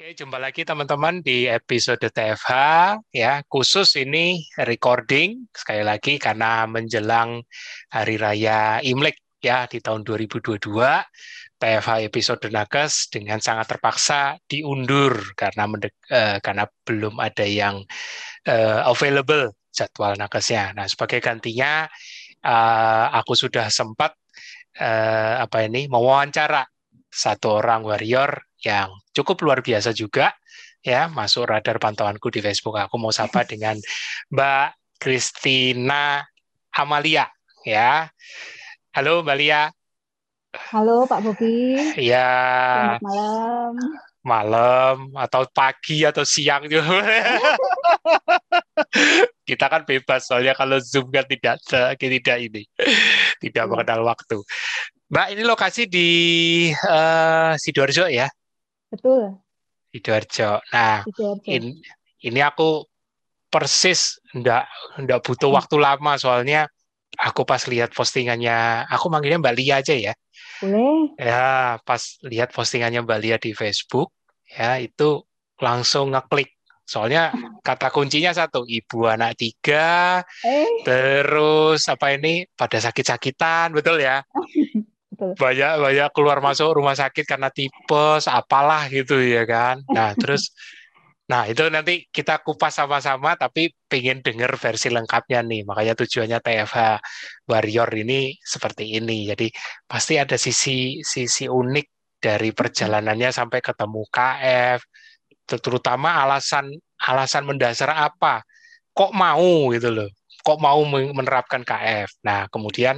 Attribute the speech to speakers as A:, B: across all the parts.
A: Oke, jumpa lagi teman-teman di episode TFH ya. Khusus ini recording sekali lagi karena menjelang Hari Raya Imlek ya di tahun 2022. TFH episode Nakes dengan sangat terpaksa diundur karena belum ada yang available jadwal nakesnya. Nah, sebagai gantinya aku sudah sempat mewawancara satu orang warrior yang cukup luar biasa juga ya, masuk radar pantauanku di Facebook. Aku mau sapa dengan Mbak Christina Amalia ya. Halo Mbak Lia.
B: Halo Pak Bobi, selamat
A: Ya,
B: malam.
A: malam atau pagi atau siang juga. Kita kan bebas soalnya kalau Zoom kan tidak ini, tidak
B: Iya,
A: mengenal waktu. Mbak, ini lokasi di Sidoarjo ya?
B: betul,
A: Sidoarjo. Nah,
B: Sidoarjo.
A: ini aku persis ndak butuh waktu lama soalnya aku pas lihat postingannya, aku manggilnya Mbak Lia aja ya.
B: Boleh?
A: Ya, pas lihat postingannya Mbak Lia di Facebook, ya itu langsung ngeklik. Soalnya kata kuncinya satu, ibu anak tiga,
B: Eh,
A: terus apa ini pada sakit-sakitan, betul ya?
B: betul.
A: Banyak banyak keluar masuk rumah sakit karena tipes, apalah gitu ya kan. Nah, itu nanti kita kupas sama-sama, tapi pengen denger versi lengkapnya nih. Makanya tujuannya TFH Warrior ini seperti ini. Jadi pasti ada sisi sisi unik dari perjalanannya sampai ketemu KF, terutama alasan alasan mendasar apa, kok mau gitu loh, kok mau menerapkan KF. Nah, kemudian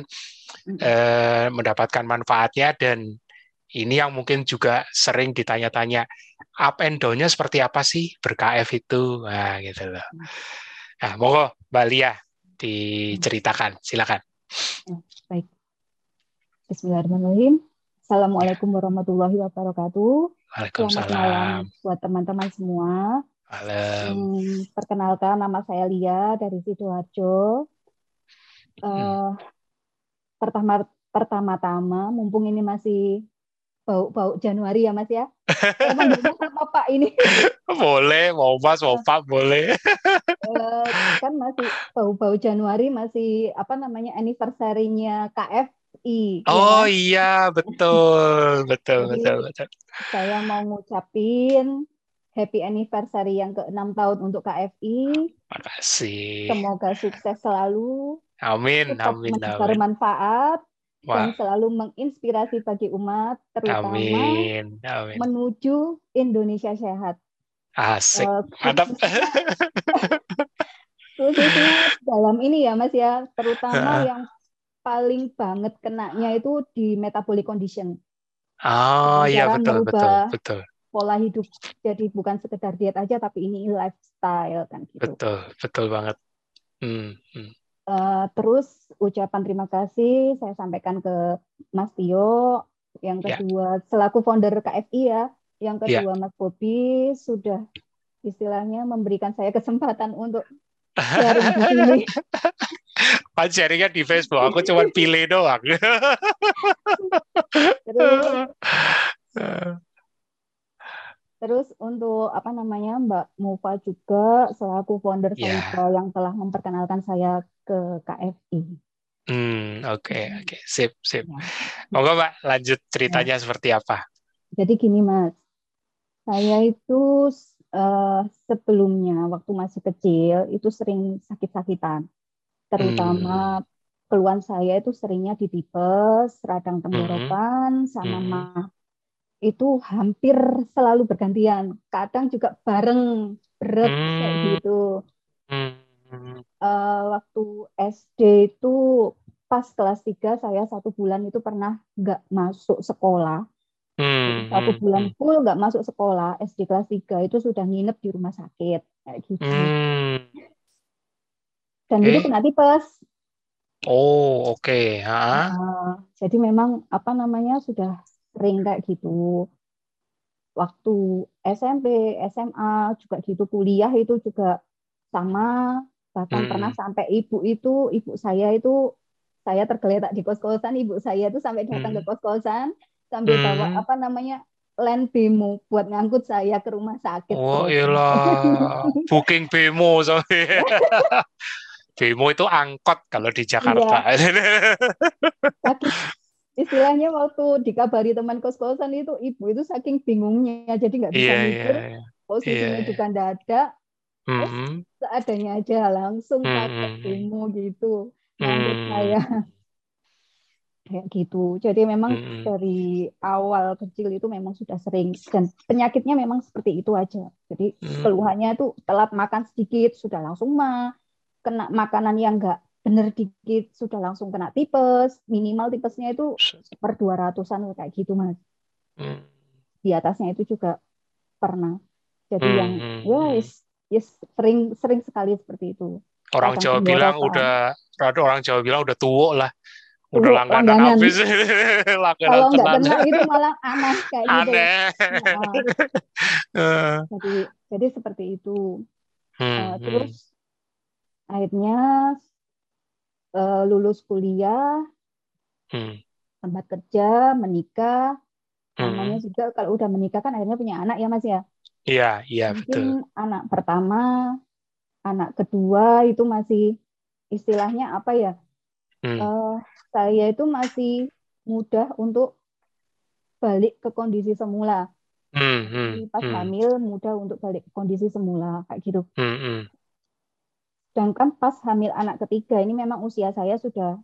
A: mendapatkan manfaatnya dan ini yang mungkin juga sering ditanya-tanya, up and down-nya seperti apa sih ber-KF itu? Nah, gitu loh. Nah, monggo Mbak Lia diceritakan, silakan.
B: Baik, Bismillahirrahmanirrahim. Assalamualaikum warahmatullahi wabarakatuh. Selamat
A: Waalaikumsalam.
B: malam buat teman-teman semua.
A: Malam.
B: Perkenalkan, nama saya Lia dari Sidoarjo.
A: Hmm.
B: Eh, pertama-tama, mumpung ini masih bau-bau Januari ya Mas ya. Saya manggilnya sama Pak ini.
A: Boleh, mau Mas, mau Pak, boleh.
B: Eh, kan masih bau-bau Januari, masih apa namanya anniversary-nya KFI ya
A: Oh
B: kan.
A: iya, betul, betul,
B: Jadi
A: betul, betul.
B: saya mau ngucapin happy anniversary yang ke-6 tahun untuk KFI.
A: Makasih.
B: Semoga sukses selalu,
A: Amin,
B: tetap
A: amin,
B: menyebar
A: amin.
B: manfaat dan
A: Wah,
B: selalu menginspirasi bagi umat, terutama
A: amin, amin.
B: menuju Indonesia sehat.
A: Asik,
B: Eh,
A: mantap.
B: khususnya khususnya dalam ini ya Mas ya, terutama yang paling banget kenanya itu di metabolic condition.
A: Oh
B: Dengan
A: iya,
B: cara
A: betul, betul,
B: merubah
A: betul,
B: pola hidup. Jadi bukan sekedar diet aja, tapi ini lifestyle kan gitu.
A: betul, betul banget. Hmm, hmm.
B: Terus ucapan terima kasih saya sampaikan ke Mas Tio. Yang
A: Ya,
B: kedua, selaku founder KFI ya. Yang
A: ya.
B: kedua, Mas Bobi sudah istilahnya memberikan saya kesempatan untuk sharing di sini.
A: Kan sharingnya di Facebook, aku cuma pilih doang.
B: Terus Terus untuk apa namanya Mbak Mufa juga selaku founder
A: Ya,
B: Vital yang telah memperkenalkan saya ke KFI.
A: oke, oke, sip, sip.
B: Ya,
A: Monggo Mbak, lanjut
B: ya.
A: ceritanya seperti apa?
B: Jadi gini Mas, saya itu eh, sebelumnya waktu masih kecil itu sering sakit-sakitan,
A: Hmm,
B: terutama keluhan saya itu seringnya di tipes, radang
A: hmm,
B: tenggorokan, sama
A: hmm,
B: mah. Itu hampir selalu bergantian, kadang juga bareng berat kayak
A: hmm,
B: gitu.
A: hmm,
B: Waktu SD itu pas kelas 3 saya 1 bulan itu pernah nggak masuk sekolah. Jadi
A: hmm,
B: satu
A: hmm,
B: bulan
A: hmm,
B: full nggak masuk sekolah. SD kelas 3 itu sudah nginep di rumah sakit kayak gitu.
A: hmm.
B: Dan itu
A: Oke.
B: kena tipes.
A: Oh, oke. Ah,
B: Jadi memang apa namanya sudah sering kayak gitu. Waktu SMP, SMA juga gitu, kuliah itu juga sama. Bahkan pernah
A: hmm,
B: sampai ibu saya itu, saya tergeletak di kos-kosan, ibu saya itu sampai datang ke
A: hmm,
B: kos-kosan sambil bawa
A: hmm,
B: apa namanya land bemo buat ngangkut saya ke rumah sakit
A: Oh
B: berobat.
A: iyalah, booking bemo soalnya. Bemo itu angkot kalau di Jakarta.
B: Iya, saking istilahnya waktu dikabari teman kos-kosan itu ibu itu saking bingungnya jadi nggak bisa
A: Iya, iya,
B: mikir,
A: iya. Iya,
B: posisinya
A: iya.
B: juga nggak ada, terus
A: Hmm,
B: seadanya aja langsung
A: hmm,
B: pakai
A: hmm, hmm.
B: bemo gitu ngangkut
A: Hmm,
B: saya kayak gitu. Jadi memang
A: hmm, hmm.
B: dari awal kecil itu memang sudah sering dan penyakitnya memang seperti itu aja. Jadi
A: Hmm.
B: keluhannya itu telat makan sedikit sudah langsung kena makanan yang enggak bener dikit sudah langsung kena tipes. Minimal tipesnya itu per 200-an kayak gitu Mas.
A: Hmm,
B: Di atasnya itu juga pernah. Jadi yang
A: hmm, hmm,
B: ya
A: hmm.
B: yes, sering sering sekali seperti itu.
A: Orang
B: Kadang
A: Jawa bilang
B: tenggorokan.
A: orang Jawa bilang udah tua lah, udah
B: Tuh
A: langganan
B: langganan.
A: habis, langganan
B: Kalau nggak
A: tenan,
B: kena itu malah aneh kayak gitu ya.
A: aneh.
B: Nah,
A: Eh,
B: jadi seperti itu.
A: hmm, hmm,
B: Terus akhirnya lulus kuliah,
A: hmm,
B: tempat kerja, menikah. Namanya
A: hmm.
B: juga kalau udah menikah kan akhirnya punya anak ya Mas ya.
A: Iya, iya
B: Mungkin
A: betul.
B: anak pertama, anak kedua itu masih istilahnya apa ya?
A: Hmm,
B: eh, saya itu masih mudah untuk balik ke kondisi semula.
A: hmm,
B: Jadi
A: hmm,
B: pas
A: hmm,
B: hamil mudah untuk balik ke kondisi semula kayak gitu.
A: hmm, hmm,
B: Sedangkan pas hamil anak ketiga ini memang usia saya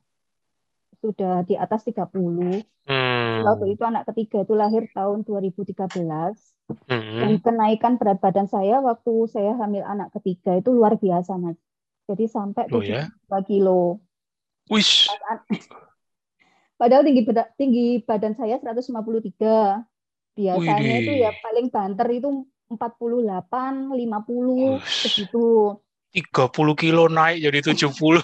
B: sudah di atas 30. Waktu
A: hmm,
B: itu anak ketiga itu lahir tahun 2013 dan
A: hmm.
B: kenaikan berat badan saya waktu saya hamil anak ketiga itu luar biasa Mas. Jadi sampai
A: Oh ya,
B: 72 kilo.
A: wish,
B: Padahal tinggi badan saya 153. Biasanya itu ya
A: wih,
B: paling banter itu 48, 50
A: wish.
B: segitu.
A: 30 kilo naik jadi 70.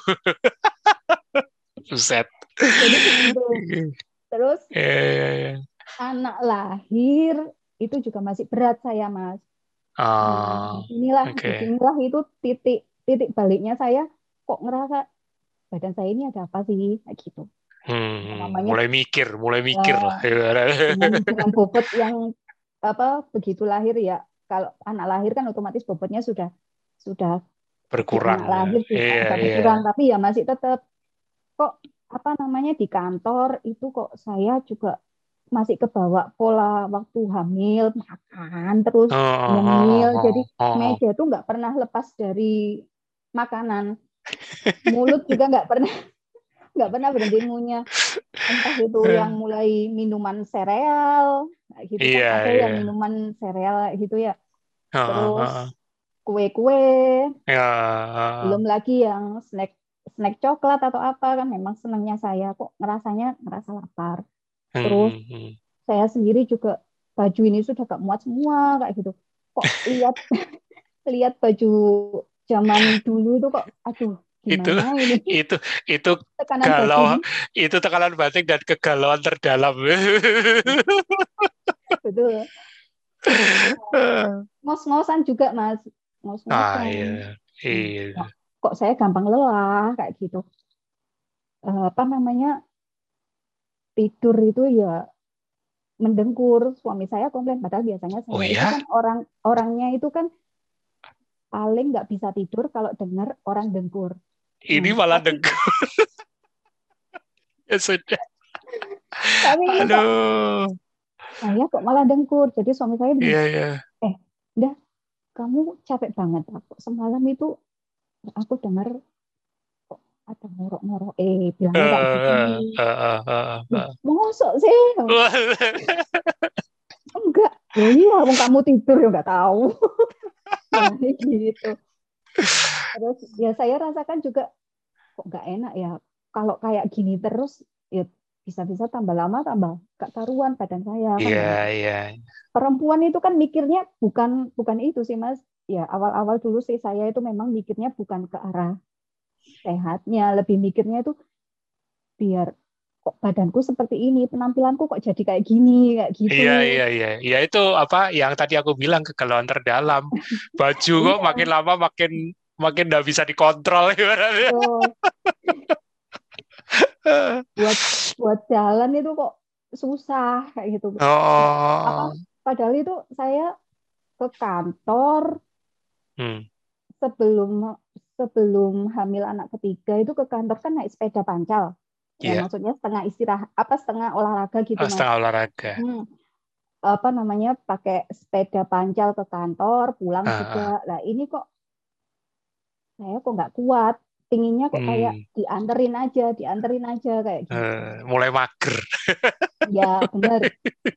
A: Buset.
B: Jadi segitu. Terus
A: Eh,
B: anak lahir itu juga masih berat saya, Mas. Nah,
A: ah, oke.
B: disinilah itu titik titik baliknya saya kok ngerasa badan saya ini ada apa sih kayak gitu. Namanya
A: Mulai mikir
B: eh,
A: lah.
B: dengan bobot yang apa begitu lahir ya. Kalau anak lahir kan otomatis bobotnya sudah sejak
A: Berkurang
B: anak
A: ya.
B: lahir sudah
A: Iya,
B: agak
A: iya.
B: berkurang, tapi ya masih tetap kok apa namanya di kantor itu kok saya juga masih kebawa pola waktu hamil makan terus
A: Oh, oh, oh,
B: nyemil jadi
A: oh, oh, oh.
B: meja tuh nggak pernah lepas dari makanan, mulut juga nggak pernah berhenti ngunyah, entah itu yang mulai minuman sereal kayak gitu kan
A: Iya,
B: ada yang
A: iya.
B: minuman sereal kayak gitu ya,
A: Oh, oh,
B: terus
A: oh.
B: kue-kue,
A: Ya,
B: belum lagi yang snack snack coklat atau apa kan memang senangnya saya kok ngerasa lapar. Terus
A: hmm, hmm.
B: saya sendiri juga baju ini sudah gak muat semua kayak gitu. Kok lihat lihat baju zaman dulu itu kok aduh
A: Itu,
B: gimana ini
A: itu, itu
B: tekanan
A: galau,
B: batin
A: itu tekanan batin dan kegalauan terdalam.
B: betul. Ngos-ngosan juga Mas,
A: Ah,
B: ngos-ngosan.
A: iya,
B: Hmm.
A: iya.
B: Kok saya gampang lelah kayak gitu. Apa namanya tidur itu ya mendengkur. Suami saya komplain padahal biasanya
A: Oh
B: saya itu
A: ya,
B: kan orangnya itu kan paling nggak bisa tidur kalau dengar orang dengkur.
A: ini
B: Nah,
A: malah
B: tapi
A: dengkul. Ya sudah.
B: tapi ini kok
A: Aduh,
B: saya kok malah dengkur. Jadi suami saya bilang,
A: iya, iya.
B: eh, udah kamu capek banget. Aku semalam itu aku dengar kok ada ngorok-ngorok. Bilangnya kayak gitu. Loh,
A: Eh.
B: mosok sih? Enggak. Loh iya, wong kamu tidur ya nggak tahu. Bilangnya gitu. Terus ya saya rasakan juga kok nggak enak ya. Kalau kayak gini terus ya bisa-bisa tambah lama tambah gak karuan badan saya kan
A: Iya,
B: ya.
A: iya.
B: Perempuan itu kan mikirnya bukan bukan itu sih Mas. Ya awal-awal dulu sih saya itu memang mikirnya bukan ke arah sehatnya, lebih mikirnya itu biar kok badanku seperti ini, penampilanku kok jadi kayak gini, kayak gitu.
A: Iya, iya, iya. Ya itu apa yang tadi aku bilang kegalauan terdalam. Baju kok
B: Iya,
A: makin lama makin makin nggak bisa dikontrol ibaratnya.
B: betul. Buat buat jalan itu kok susah kayak gitu. Apa
A: Oh,
B: Padahal itu saya ke kantor
A: Hmm.
B: sebelum sebelum hamil anak ketiga itu ke kantor kan naik sepeda pancal. Ya
A: Iya.
B: maksudnya setengah istirahat apa setengah olahraga gitu Mas.
A: Setengah olahraga.
B: Apa namanya pakai sepeda pancal ke kantor, pulang
A: Ah,
B: juga. Lah ini kok saya kok nggak kuat. Pinginnya kok kayak
A: hmm.
B: dianterin aja kayak gitu.
A: Mulai mager.
B: Ya benar.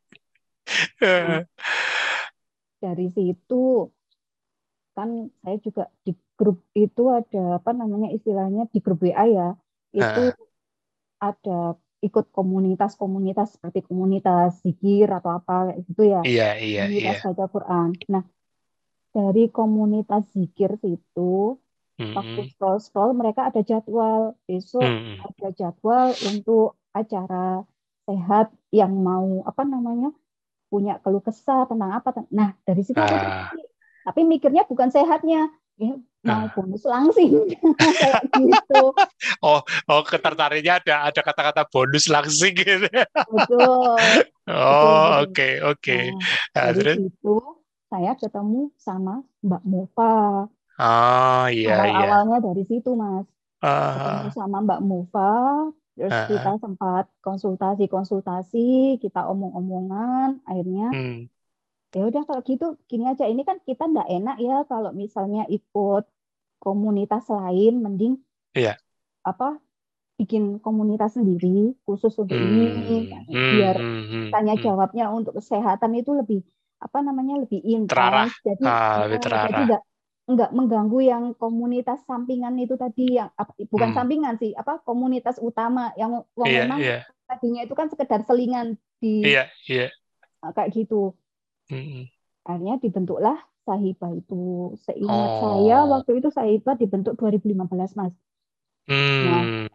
B: Nah, dari situ kan saya juga di grup itu ada apa namanya istilahnya di grup WA ya. Itu
A: Ah,
B: ada ikut komunitas-komunitas seperti komunitas zikir atau apa kayak gitu ya.
A: iya, iya, iya.
B: Komunitas baca Quran. Nah, dari komunitas zikir itu waktu
A: Hmm.
B: scroll-scroll mereka ada jadwal besok
A: Hmm.
B: ada jadwal untuk acara sehat yang mau apa namanya punya keluh kesah tentang apa. Nah, dari situ aku
A: Ah,
B: tertarik. Tapi mikirnya bukan sehatnya. Ini mau
A: ah.
B: bonus langsing. Kayak gitu.
A: Oh, oh, ketertariknya ada kata-kata bonus langsing gitu.
B: Betul. Betul,
A: Oh,
B: betul.
A: oke, oke.
B: Nah,
A: Nah,
B: dari
A: terus?
B: situ saya ketemu sama Mbak Mufa.
A: Oh, iya, iya.
B: Awal-awalnya dari situ, Mas. Ketemu
A: Ah,
B: sama Mbak Mufa, terus
A: ah,
B: kita
A: ah.
B: sempat konsultasi-konsultasi, kita omong-omongan, akhirnya
A: Hmm,
B: ya udah kalau gitu gini aja ini kan kita ndak enak ya kalau misalnya ikut komunitas lain mending
A: iya.
B: apa bikin komunitas sendiri khusus untuk ini
A: Hmm, hmm,
B: biar
A: hmm, hmm,
B: tanya
A: hmm.
B: jawabnya untuk kesehatan itu lebih apa namanya lebih
A: Terarah.
B: intens jadi
A: Lebih
B: jadi
A: terarah.
B: nggak mengganggu yang komunitas sampingan itu tadi yang bukan
A: Hmm,
B: sampingan sih apa komunitas utama yang wong
A: iya,
B: memang
A: iya.
B: tadinya itu kan sekedar selingan di
A: Iya, iya.
B: kayak gitu.
A: Hmm.
B: Akhirnya dibentuklah Sahibah itu. Seingat saya
A: Oh.
B: waktu itu Sahibah dibentuk 2015, Mas. Nah,
A: Hmm.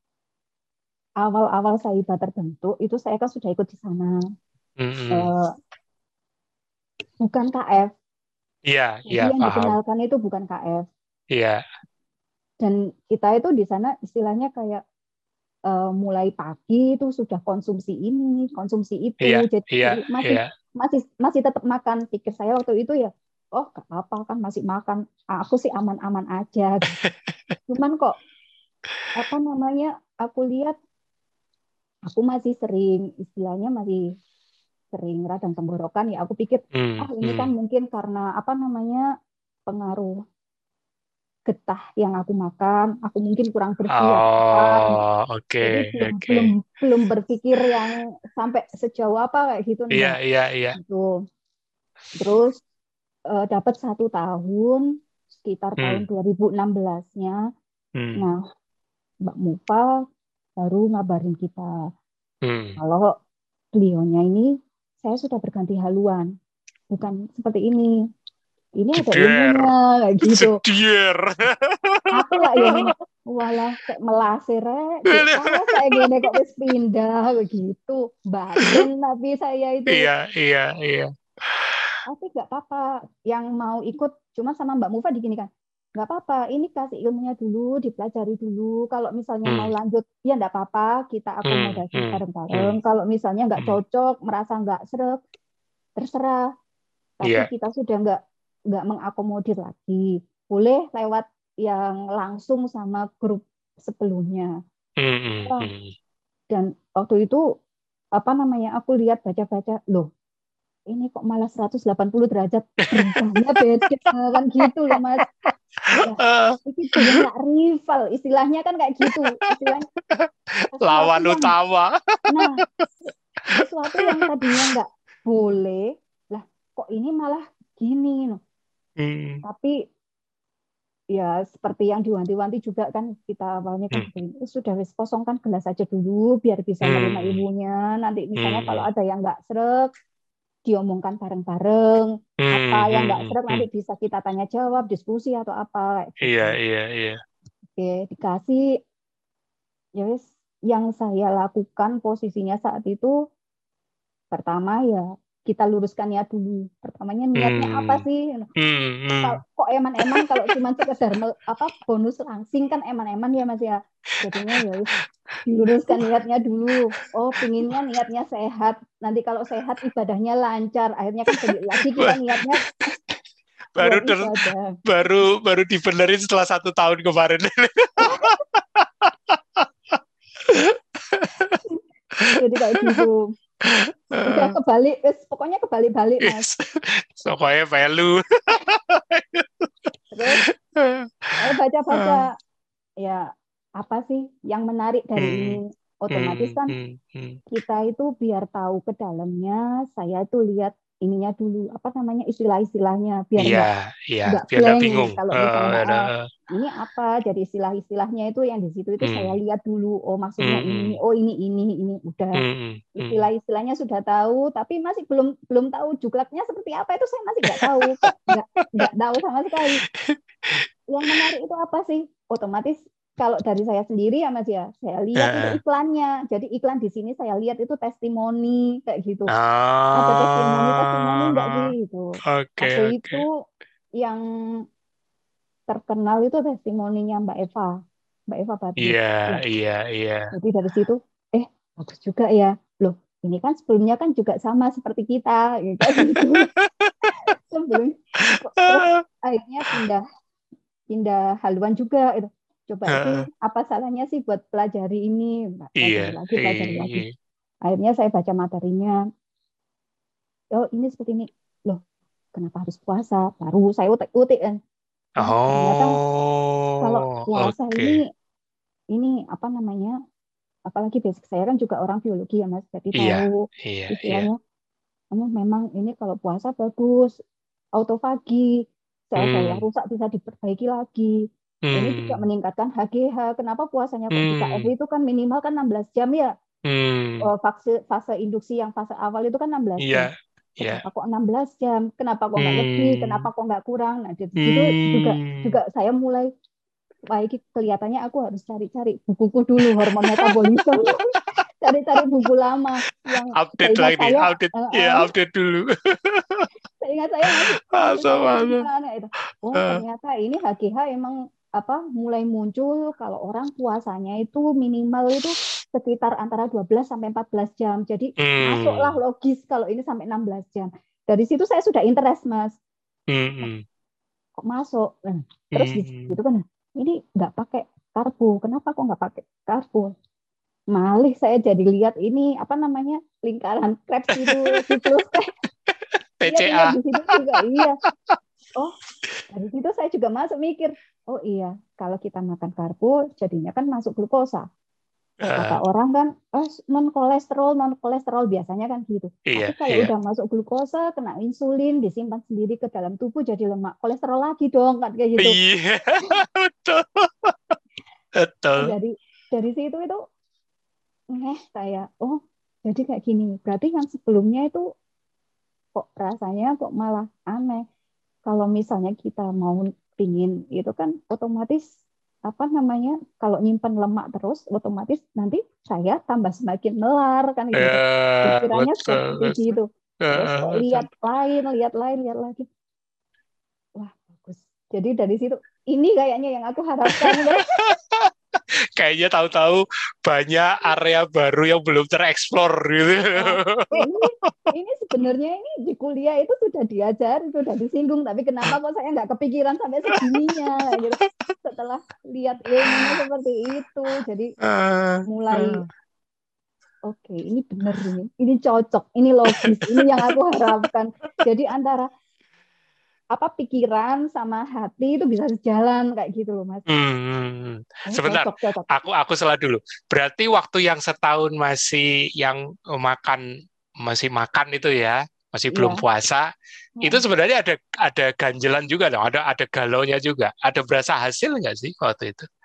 B: awal-awal Sahibah terbentuk itu saya kan sudah ikut di sana.
A: Hmm, hmm.
B: Eh, bukan KF.
A: Iya,
B: Jadi
A: iya,
B: yang
A: paham.
B: dikenalkan itu bukan KF.
A: Iya,
B: Dan kita itu di sana istilahnya kayak mulai pagi itu sudah konsumsi ini, konsumsi
A: iya,
B: itu.
A: iya,
B: Jadi masih
A: iya.
B: masih masih tetap makan. Pikir saya waktu itu ya, oh gak apa-apa kan masih makan. Aku sih aman-aman aja. Cuman kok apa namanya aku lihat aku masih sering istilahnya masih sering radang tenggorokan ya aku pikir
A: Hmm,
B: ah ini kan
A: hmm.
B: mungkin karena apa namanya pengaruh getah yang aku makan aku mungkin kurang bersih atau apa
A: Oh, oke,
B: jadi belum
A: oke.
B: belum belum berpikir yang sampai sejauh apa kayak gitu
A: Iya,
B: enggak
A: iya, iya.
B: gitu terus dapat 1 tahun sekitar tahun
A: Hmm,
B: 2016-nya
A: hmm,
B: nah Mbak Mufa baru ngabarin kita
A: hmm.
B: kalau beliaunya ini saya sudah berganti haluan, bukan seperti ini. Ini ada
A: Jeder,
B: ilmunya kayak gitu.
A: jeder.
B: Aku lah yang walah kayak melasir cek pas saya gini kok wis pindah begitu. Batin tapi saya itu.
A: Iya, iya, iya.
B: Tapi nggak apa-apa yang mau ikut cuma sama Mbak Mufa di gini kan. Nggak apa-apa, ini kasih ilmunya dulu, dipelajari dulu. Kalau misalnya mau
A: Hmm,
B: lanjut, ya nggak apa-apa, kita
A: hmm,
B: akomodasi
A: hmm, hmm,
B: bareng-bareng. Kalau misalnya nggak
A: hmm.
B: cocok, merasa nggak seret, terserah. Tapi
A: Iya.
B: kita sudah nggak mengakomodir lagi. Boleh lewat yang langsung sama grup sebelumnya.
A: Hmm, hmm,
B: Wah,
A: hmm.
B: dan waktu itu apa namanya aku lihat baca-baca loh ini kok malah 180 derajat berubahnya beda kan gitu loh Mas. Lah,
A: Ah,
B: itu kayak rival istilahnya kan kayak gitu. Istilahnya sesuatu
A: lawan
B: yang
A: utama.
B: nah sesuatu yang tadinya nggak boleh lah kok ini malah gini loh.
A: Hmm,
B: Tapi ya seperti yang diwanti-wanti juga kan kita awalnya kan
A: hmm,
B: sudah wis kosongkan gelas aja dulu biar bisa nerima
A: hmm,
B: ilmunya nanti misalnya kalau
A: hmm,
B: ada yang nggak srek diomongkan bareng-bareng apa
A: hmm,
B: yang nggak
A: hmm,
B: srek
A: hmm.
B: nanti bisa kita tanya jawab diskusi atau apa kayak
A: Iya,
B: gitu
A: iya, iya.
B: oke dikasih ya wis yang saya lakukan posisinya saat itu pertama ya kita luruskan niat dulu. Pertamanya niatnya apa sih? Kok eman-eman kalau cuma sekedar bonus langsing kan eman-eman ya Mas ya. Jadinya ya diluruskan niatnya dulu. Oh, pinginnya niatnya sehat. Nanti kalau sehat ibadahnya lancar. Akhirnya kan balik lagi kita niatnya
A: baru
B: buat ibadah.
A: baru dibenerin setelah 1 tahun kemarin.
B: Jadi kayak gitu. Udah kebalik, pokoknya kebalik-balik Mas.
A: Pokoknya value.
B: Terus saya baca-baca ya apa sih yang menarik dari ini. Otomatis kan kita itu biar tahu ke dalamnya, saya itu lihat ininya dulu, apa namanya istilah-istilahnya, biar nggak blank
A: bingung.
B: kalau misalnya ini apa, jadi istilah-istilahnya itu yang di situ itu saya lihat dulu, oh maksudnya ini, oh ini udah istilah-istilahnya sudah tahu, tapi masih belum tahu juklaknya seperti apa itu saya masih nggak tahu, nggak tahu sama sekali. Yang menarik itu apa sih? Otomatis kalau dari saya sendiri ya Mas ya, saya lihat itu iklannya. Jadi iklan di sini saya lihat itu testimoni kayak gitu. Ada testimoni enggak sih gitu. Waktu itu yang terkenal itu testimoninya Mbak Eva Badrus.
A: Iya.
B: Jadi dari situ, bagus juga ya. Loh, ini kan sebelumnya kan juga sama seperti kita, kayak gitu. Sebelum terus akhirnya pindah haluan juga itu. Coba itu apa salahnya sih buat pelajari ini, pelajari lagi. Akhirnya saya baca materinya. Oh, ini seperti ini. Loh, kenapa harus puasa? Baru saya utik-utik kan. Ternyata kalau puasa ini apa namanya? Apalagi basic saya kan juga orang biologi ya Mas, jadi tahu istilahnya. Kamu memang ini kalau puasa bagus, autofagi, sel-sel yang rusak bisa diperbaiki lagi. Ini juga meningkatkan HGH. Kenapa puasanya kok di KF itu kan minimal kan 16 jam ya? Fase induksi yang fase awal itu kan 16 jam. Kenapa kok 16 jam? Kenapa kok nggak lebih? Kenapa kok nggak kurang? Nah, di situ juga saya mulai baik kelihatannya aku harus cari-cari bukuku dulu hormon metabolisme. Cari-cari buku lama yang
A: update lagi, update dulu.
B: Seingat saya masih itu. Oh, ternyata ini HGH emang mulai muncul kalau orang puasanya itu minimal itu sekitar antara 12 sampai 14 jam. Jadi masuklah logis kalau ini sampai 16 jam. Dari situ saya sudah interest, Mas. Kok masuk? Terus gitu kan. Ini nggak pakai karbo. Kenapa kok nggak pakai karbo? Malih saya jadi lihat ini apa namanya lingkaran Krebs itu siklus
A: TCA.
B: Di situ juga iya. Oh, dari situ saya juga masuk mikir. Oh iya, kalau kita makan karbo jadinya kan masuk glukosa. Kata orang kan, non kolesterol biasanya kan gitu. Tapi kalau udah masuk glukosa, kena insulin, disimpan sendiri ke dalam tubuh jadi lemak. Kolesterol lagi dong kan kayak gitu.
A: Iya, betul.
B: Dari situ itu saya, jadi kayak gini. Berarti yang sebelumnya itu kok rasanya kok malah aneh. Kalau misalnya kita mau pingin itu kan otomatis apa namanya kalau nyimpan lemak terus otomatis nanti saya tambah semakin melar kan gitu. Pikirannya seperti gitu. Terus kok lihat lagi. Wah, bagus. Jadi dari situ ini kayaknya yang aku harapkan.
A: Kayaknya tahu-tahu banyak area baru yang belum tereksplor gitu.
B: Ini sebenarnya ini di kuliah itu sudah diajar, sudah disinggung, tapi kenapa kok saya nggak kepikiran sampai segininya gitu. Setelah lihat ilmunya seperti itu, jadi mulai oke, ini benar ini cocok, ini logis, ini yang aku harapkan. Jadi antara pikiran sama hati itu bisa sejalan kayak gitu loh Mas.
A: Sebentar, cocok. Aku salah dulu. Berarti waktu yang setahun masih makan itu ya, masih belum puasa, itu sebenarnya ada ganjelan juga dong, ada galaunya juga. Ada berasa hasil nggak sih waktu itu?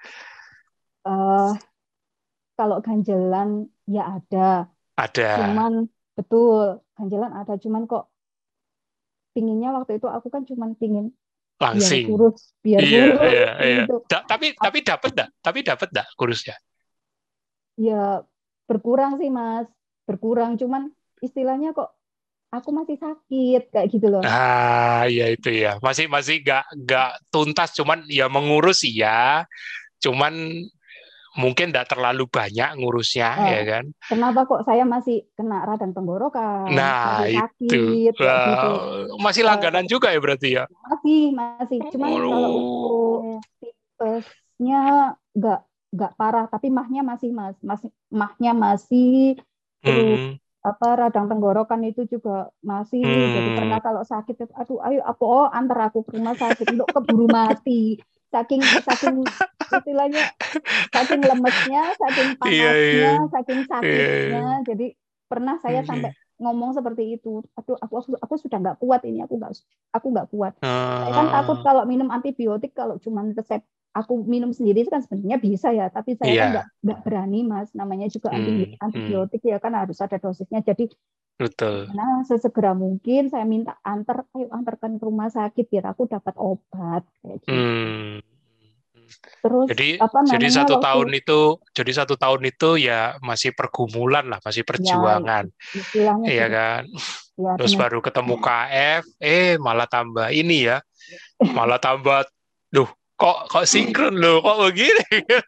B: Kalau ganjelan ya ada. Cuman betul ganjelan ada, cuman kok pinginnya waktu itu aku kan cuman pingin
A: langsing
B: biar kurus gitu.
A: Tapi dapat enggak kurusnya?
B: Ya berkurang sih Mas, berkurang, cuman istilahnya kok aku masih sakit kayak gitu loh.
A: Ah, ya itu ya. Masih nggak tuntas, cuman ya mengurus ya. Cuman mungkin nggak terlalu banyak ngurusnya,
B: Eh,
A: ya kan?
B: kenapa kok saya masih kena radang tenggorokan, masih
A: Nah, itu.
B: sakit kayak gitu.
A: Masih langganan
B: Eh,
A: juga ya berarti ya?
B: masih. Cuman kalau
A: Oh.
B: untuk tipesnya nggak nggak parah, tapi mahnya masih mahnya masih, terus
A: Hmm,
B: apa radang tenggorokan itu juga masih. Jadi pernah
A: hmm,
B: kalau sakit, aduh ayo apa antar aku ke rumah sakit untuk keburu mati. Saking saking istilahnya saking lemesnya, saking
A: iya,
B: panasnya,
A: iya,
B: saking
A: iya,
B: sakitnya. Jadi pernah saya sampai
A: iya.
B: ngomong seperti itu. Aduh, aku sudah nggak kuat ini, aku nggak kuat. Saya kan takut
A: Ah,
B: kalau minum antibiotik, kalau cuma resep aku minum sendiri itu kan sebenarnya bisa ya, tapi saya kan nggak
A: iya,
B: berani mas. Namanya juga
A: hmm,
B: antibiotik ya kan harus ada dosisnya. Jadi
A: betul.
B: gimana sesegera mungkin saya minta ayo antarkan ke rumah sakit biar aku dapat obat kayak gitu.
A: Hmm.
B: Terus
A: Jadi
B: apa
A: jadi
B: namanya
A: satu
B: waktu
A: tahun itu jadi satu tahun itu ya masih pergumulan lah, masih
B: ya
A: perjuangan,
B: istilahnya
A: ya
B: gitu
A: kan?
B: ya
A: Terus
B: benar.
A: baru ketemu KF, malah tambah ini ya, malah tambah, duh, kok sinkron loh, kok begini?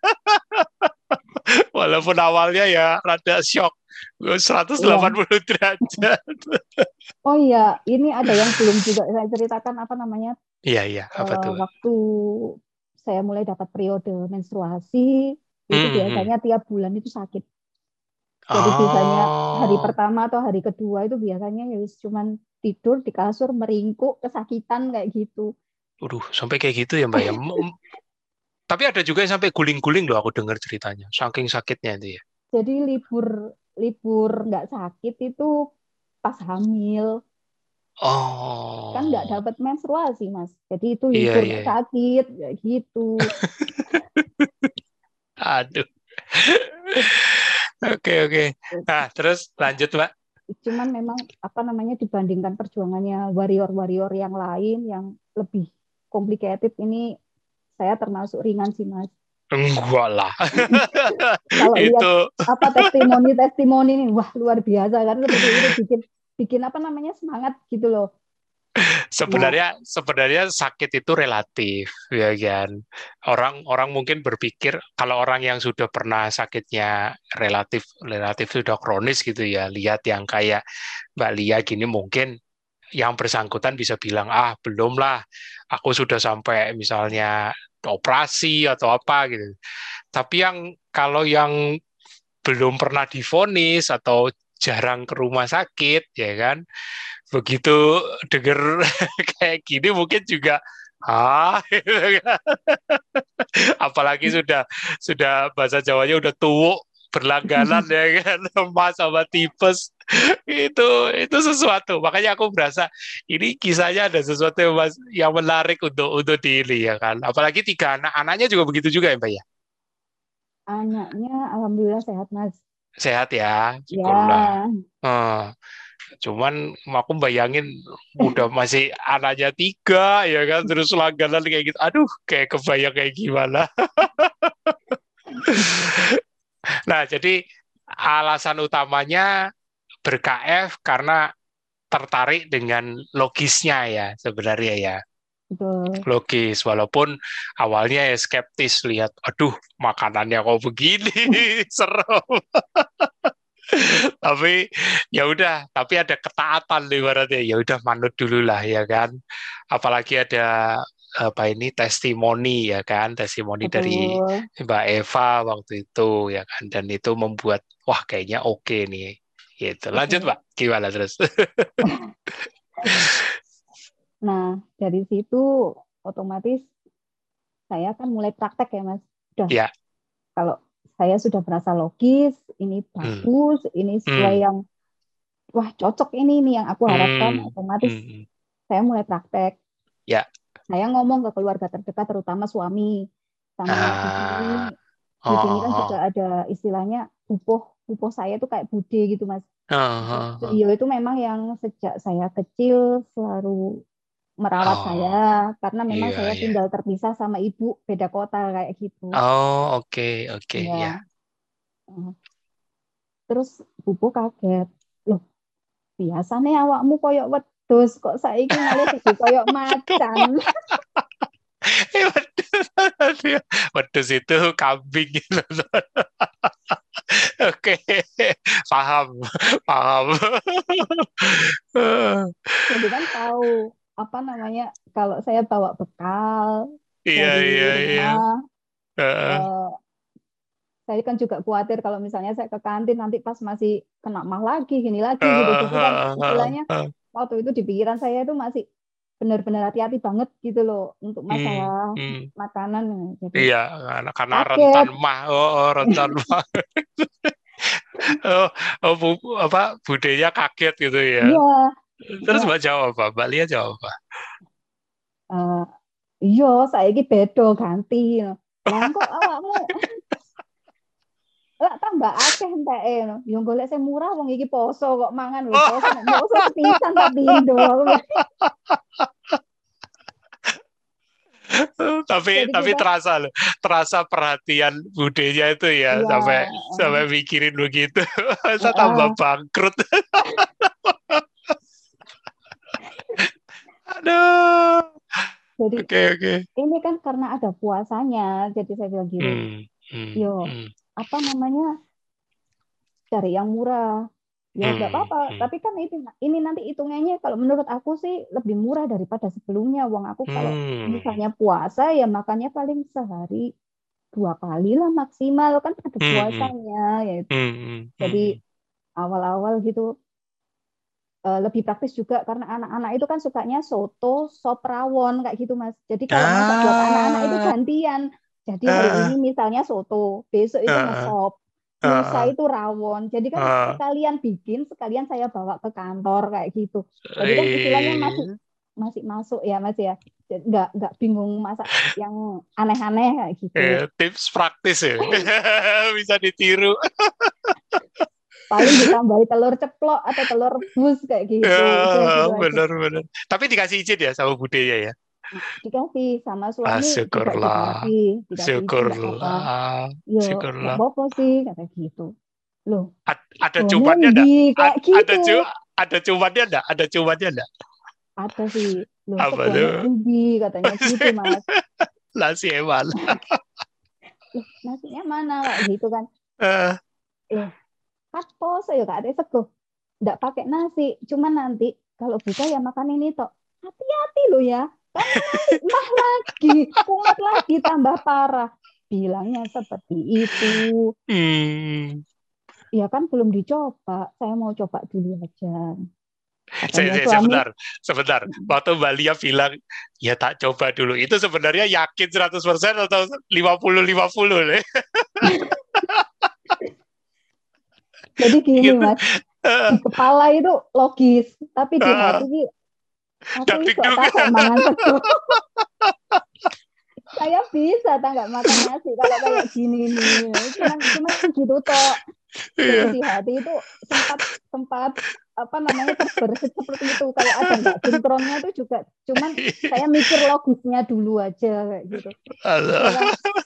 A: Walaupun awalnya ya rada shock,
B: Iya.
A: 180 derajat.
B: Oh iya, ini ada yang belum juga saya ceritakan apa namanya
A: Iya, iya, apa tuh?
B: waktu saya mulai dapat periode menstruasi itu
A: Hmm, hmm.
B: biasanya tiap bulan itu sakit. Jadi biasanya hari
A: Oh,
B: pertama atau hari kedua itu biasanya ya wis cuman tidur di kasur meringkuk kesakitan kayak gitu.
A: aduh, sampai kayak gitu ya Mbak ya. Tapi ada juga yang sampai guling-guling loh, aku dengar ceritanya, saking sakitnya itu ya.
B: Jadi libur libur nggak sakit itu pas hamil kan nggak
A: Oh,
B: dapat menstruasi mas. Jadi itu
A: iya,
B: libur
A: iya,
B: nggak
A: iya.
B: sakit kayak gitu.
A: Aduh. Oke, oke. Nah, terus lanjut, Mbak.
B: Cuman memang apa namanya dibandingkan perjuangannya warrior-warrior yang lain yang lebih complicated ini saya termasuk ringan sih Mas.
A: Enggak lah.
B: Kalau lihat
A: Itu
B: apa testimoni-testimoni ini wah luar biasa kan seperti itu bikin bikin apa namanya semangat gitu loh. Nah,
A: sebenarnya sebenarnya sakit itu relatif, ya kan. Orang-orang mungkin berpikir kalau orang yang sudah pernah sakitnya relatif relatif sudah kronis gitu ya, lihat yang kayak Mbak Lia gini mungkin yang bersangkutan bisa bilang, ah belum lah, aku sudah sampai misalnya operasi atau apa gitu. Tapi yang kalau yang belum pernah divonis atau jarang ke rumah sakit, ya kan, begitu denger kayak gini mungkin juga, gitu kan. Apalagi sudah bahasa Jawanya udah tuwuk berlangganan ya kan, emas sama tipes, itu sesuatu. Makanya aku berasa ini kisahnya ada sesuatu yang menarik untuk di ini ya kan. Apalagi tiga anaknya juga begitu juga ya Mbak ya.
B: anaknya alhamdulillah sehat Mas.
A: Sehat ya, syukurlah.
B: Ya,
A: Eh, cuman aku bayangin udah masih anaknya tiga ya kan, terus langganan kayak gitu. Aduh, kayak kebayang kayak gimana. Nah, jadi alasan utamanya ber-KF karena tertarik dengan logisnya ya sebenarnya ya.
B: betul.
A: Logis, walaupun awalnya ya skeptis lihat, aduh makanannya kok begini, serem. Tapi ya udah, tapi ada ketaatan nih ibaratnya. Ya udah manut dulu lah ya kan. Apalagi ada apa ini testimoni ya kan, testimoni dari
B: Betul.
A: Mbak Eva waktu itu ya kan, dan itu membuat wah kayaknya oke nih. Gitu. Lanjut
B: Betul.
A: Mbak, gimana terus?
B: Nah, dari situ otomatis saya kan mulai praktek ya Mas. Udah
A: Ya,
B: kalau saya sudah merasa logis, ini
A: hmm,
B: bagus, ini sesuai
A: hmm,
B: yang wah cocok ini yang aku harapkan,
A: hmm,
B: otomatis
A: hmm,
B: saya mulai praktek.
A: ya,
B: Saya ngomong ke keluarga terdekat, terutama suami, sama
A: ah,
B: di sini kan
A: oh,
B: juga ada istilahnya pupuh, pupuh saya itu kayak bude gitu mas.
A: oh, oh, oh,
B: Beliau itu memang yang sejak saya kecil selalu merawat saya,
A: oh,
B: karena memang
A: iya,
B: saya
A: iya.
B: tinggal terpisah sama ibu beda kota kayak gitu.
A: Oh, oke, oke, ya.
B: Ya, terus pupuh kaget, loh biasane awakmu koyok wedhus, kok saiki malah jadi koyok macan.
A: Wedhus. Wedhus itu kambing gitu. Oke, paham, paham.
B: Jadi kan tahu apa namanya kalau saya bawa bekal
A: Iya, iya,
B: dari
A: iya.
B: rumah,
A: Heeh.
B: saya kan juga khawatir kalau misalnya saya ke kantin nanti pas masih kena mah lagi, gini lagi gitu.
A: Heeh,
B: Jadi kan
A: heeh,
B: istilahnya
A: heeh.
B: waktu itu di pikiran saya itu masih benar-benar hati-hati banget gitu loh untuk
A: Hmm,
B: masalah
A: hmm.
B: makanan. Jadi
A: Iya, karena rentan
B: kaget.
A: mah, rentan mah. Oh, apa budenya kaget gitu ya.
B: Iya,
A: Terus
B: ya,
A: Mbak jawab apa? Mbak Lia jawab apa?
B: eh, iya, saya ini bedo ganti. Lah kok awakmu lah tambah akeh enteke no. Yo golek sing murah wong iki poso kok mangan lho poso nek poso sepisan tak pindho aku bilang.
A: tapi
B: Jadi
A: tapi
B: kita
A: terasa loh, terasa perhatian budenya itu ya
B: iya
A: sampai sampai mikirin begitu. Saya tambah
B: uh,
A: bangkrut. Aduh.
B: jadi
A: Oke, oke.
B: ini kan karena ada puasanya jadi saya bilang gini
A: Hmm, hmm,
B: yo
A: hmm,
B: apa namanya cari yang murah ya nggak
A: hmm,
B: apa-apa
A: hmm,
B: tapi kan ini nanti hitungannya kalau menurut aku sih lebih murah daripada sebelumnya uang aku kalau
A: hmm,
B: misalnya puasa ya makannya paling sehari 2 kali lah maksimal kan ada
A: hmm, hmm,
B: puasanya ya
A: hmm, hmm,
B: jadi
A: hmm.
B: awal-awal gitu lebih praktis juga karena anak-anak itu kan sukanya soto, sop rawon kayak gitu Mas. Jadi kalau masak buat anak-anak itu
A: Ah,
B: gantian. Jadi hari
A: ah,
B: ini misalnya soto, besok itu
A: ah,
B: ngesop, lusa
A: ah,
B: itu rawon. Jadi kan
A: ah.
B: sekalian bikin, sekalian saya bawa ke kantor kayak gitu. Jadi kan istilahnya masih
A: Eh,
B: masih masuk ya Mas ya. Jadi nggak bingung masak yang aneh-aneh kayak gitu.
A: tips praktis ya. Bisa ditiru.
B: Paling ditambahi telur ceplok atau telur rebus kayak gitu. Udah
A: Ya,
B: gitu aja.
A: benar-benar. Tapi dikasih izin ya sama budenya ya.
B: Dikasih sama
A: Ah,
B: suami juga
A: syukurlah.
B: dikasih izin nggak apa-apa
A: Syukurlah.
B: yo nggak
A: Syukurlah.
B: apa-apa sih kata gitu loh
A: Ada
B: bone
A: cumannya
B: ndi
A: enggak?
B: kayak gitu
A: Ada cumannya enggak? Ada cumannya enggak?
B: ada sih loh
A: Apa
B: segone
A: tuh?
B: endi katanya gitu mas
A: Nasi emal.
B: loh nasinya mana kayak gitu kan
A: Eh,
B: loh kan poso ya kak ada sego nggak pakai nasi cuman nanti kalau buka ya makan ini tok hati-hati loh ya karena nanti mah lagi kumat lagi tambah parah bilangnya seperti itu.
A: hmm.
B: Ya kan belum dicoba, saya mau coba dulu aja. Katanya suami,
A: Sebentar, sebentar. Waktu Mbak Lia bilang, ya tak coba dulu. Itu sebenarnya yakin 100% atau 50-50 nih?
B: jadi gini
A: Gitu.
B: mas, di
A: Eh,
B: kepala itu logis, tapi di hati
A: eh,
B: ini, aku
A: Dakding
B: iso tak
A: duk.
B: kok mangan sego. Saya bisa tak nggak makan nasi kalau kayak gini nih. Cuman gitu toh. Loh,
A: Iya.
B: di hati itu sempat sempat apa namanya terbersit seperti itu kayak ada nggak sinkronnya itu juga cuman saya mikir logisnya dulu aja kayak gitu ya
A: Alah.
B: kan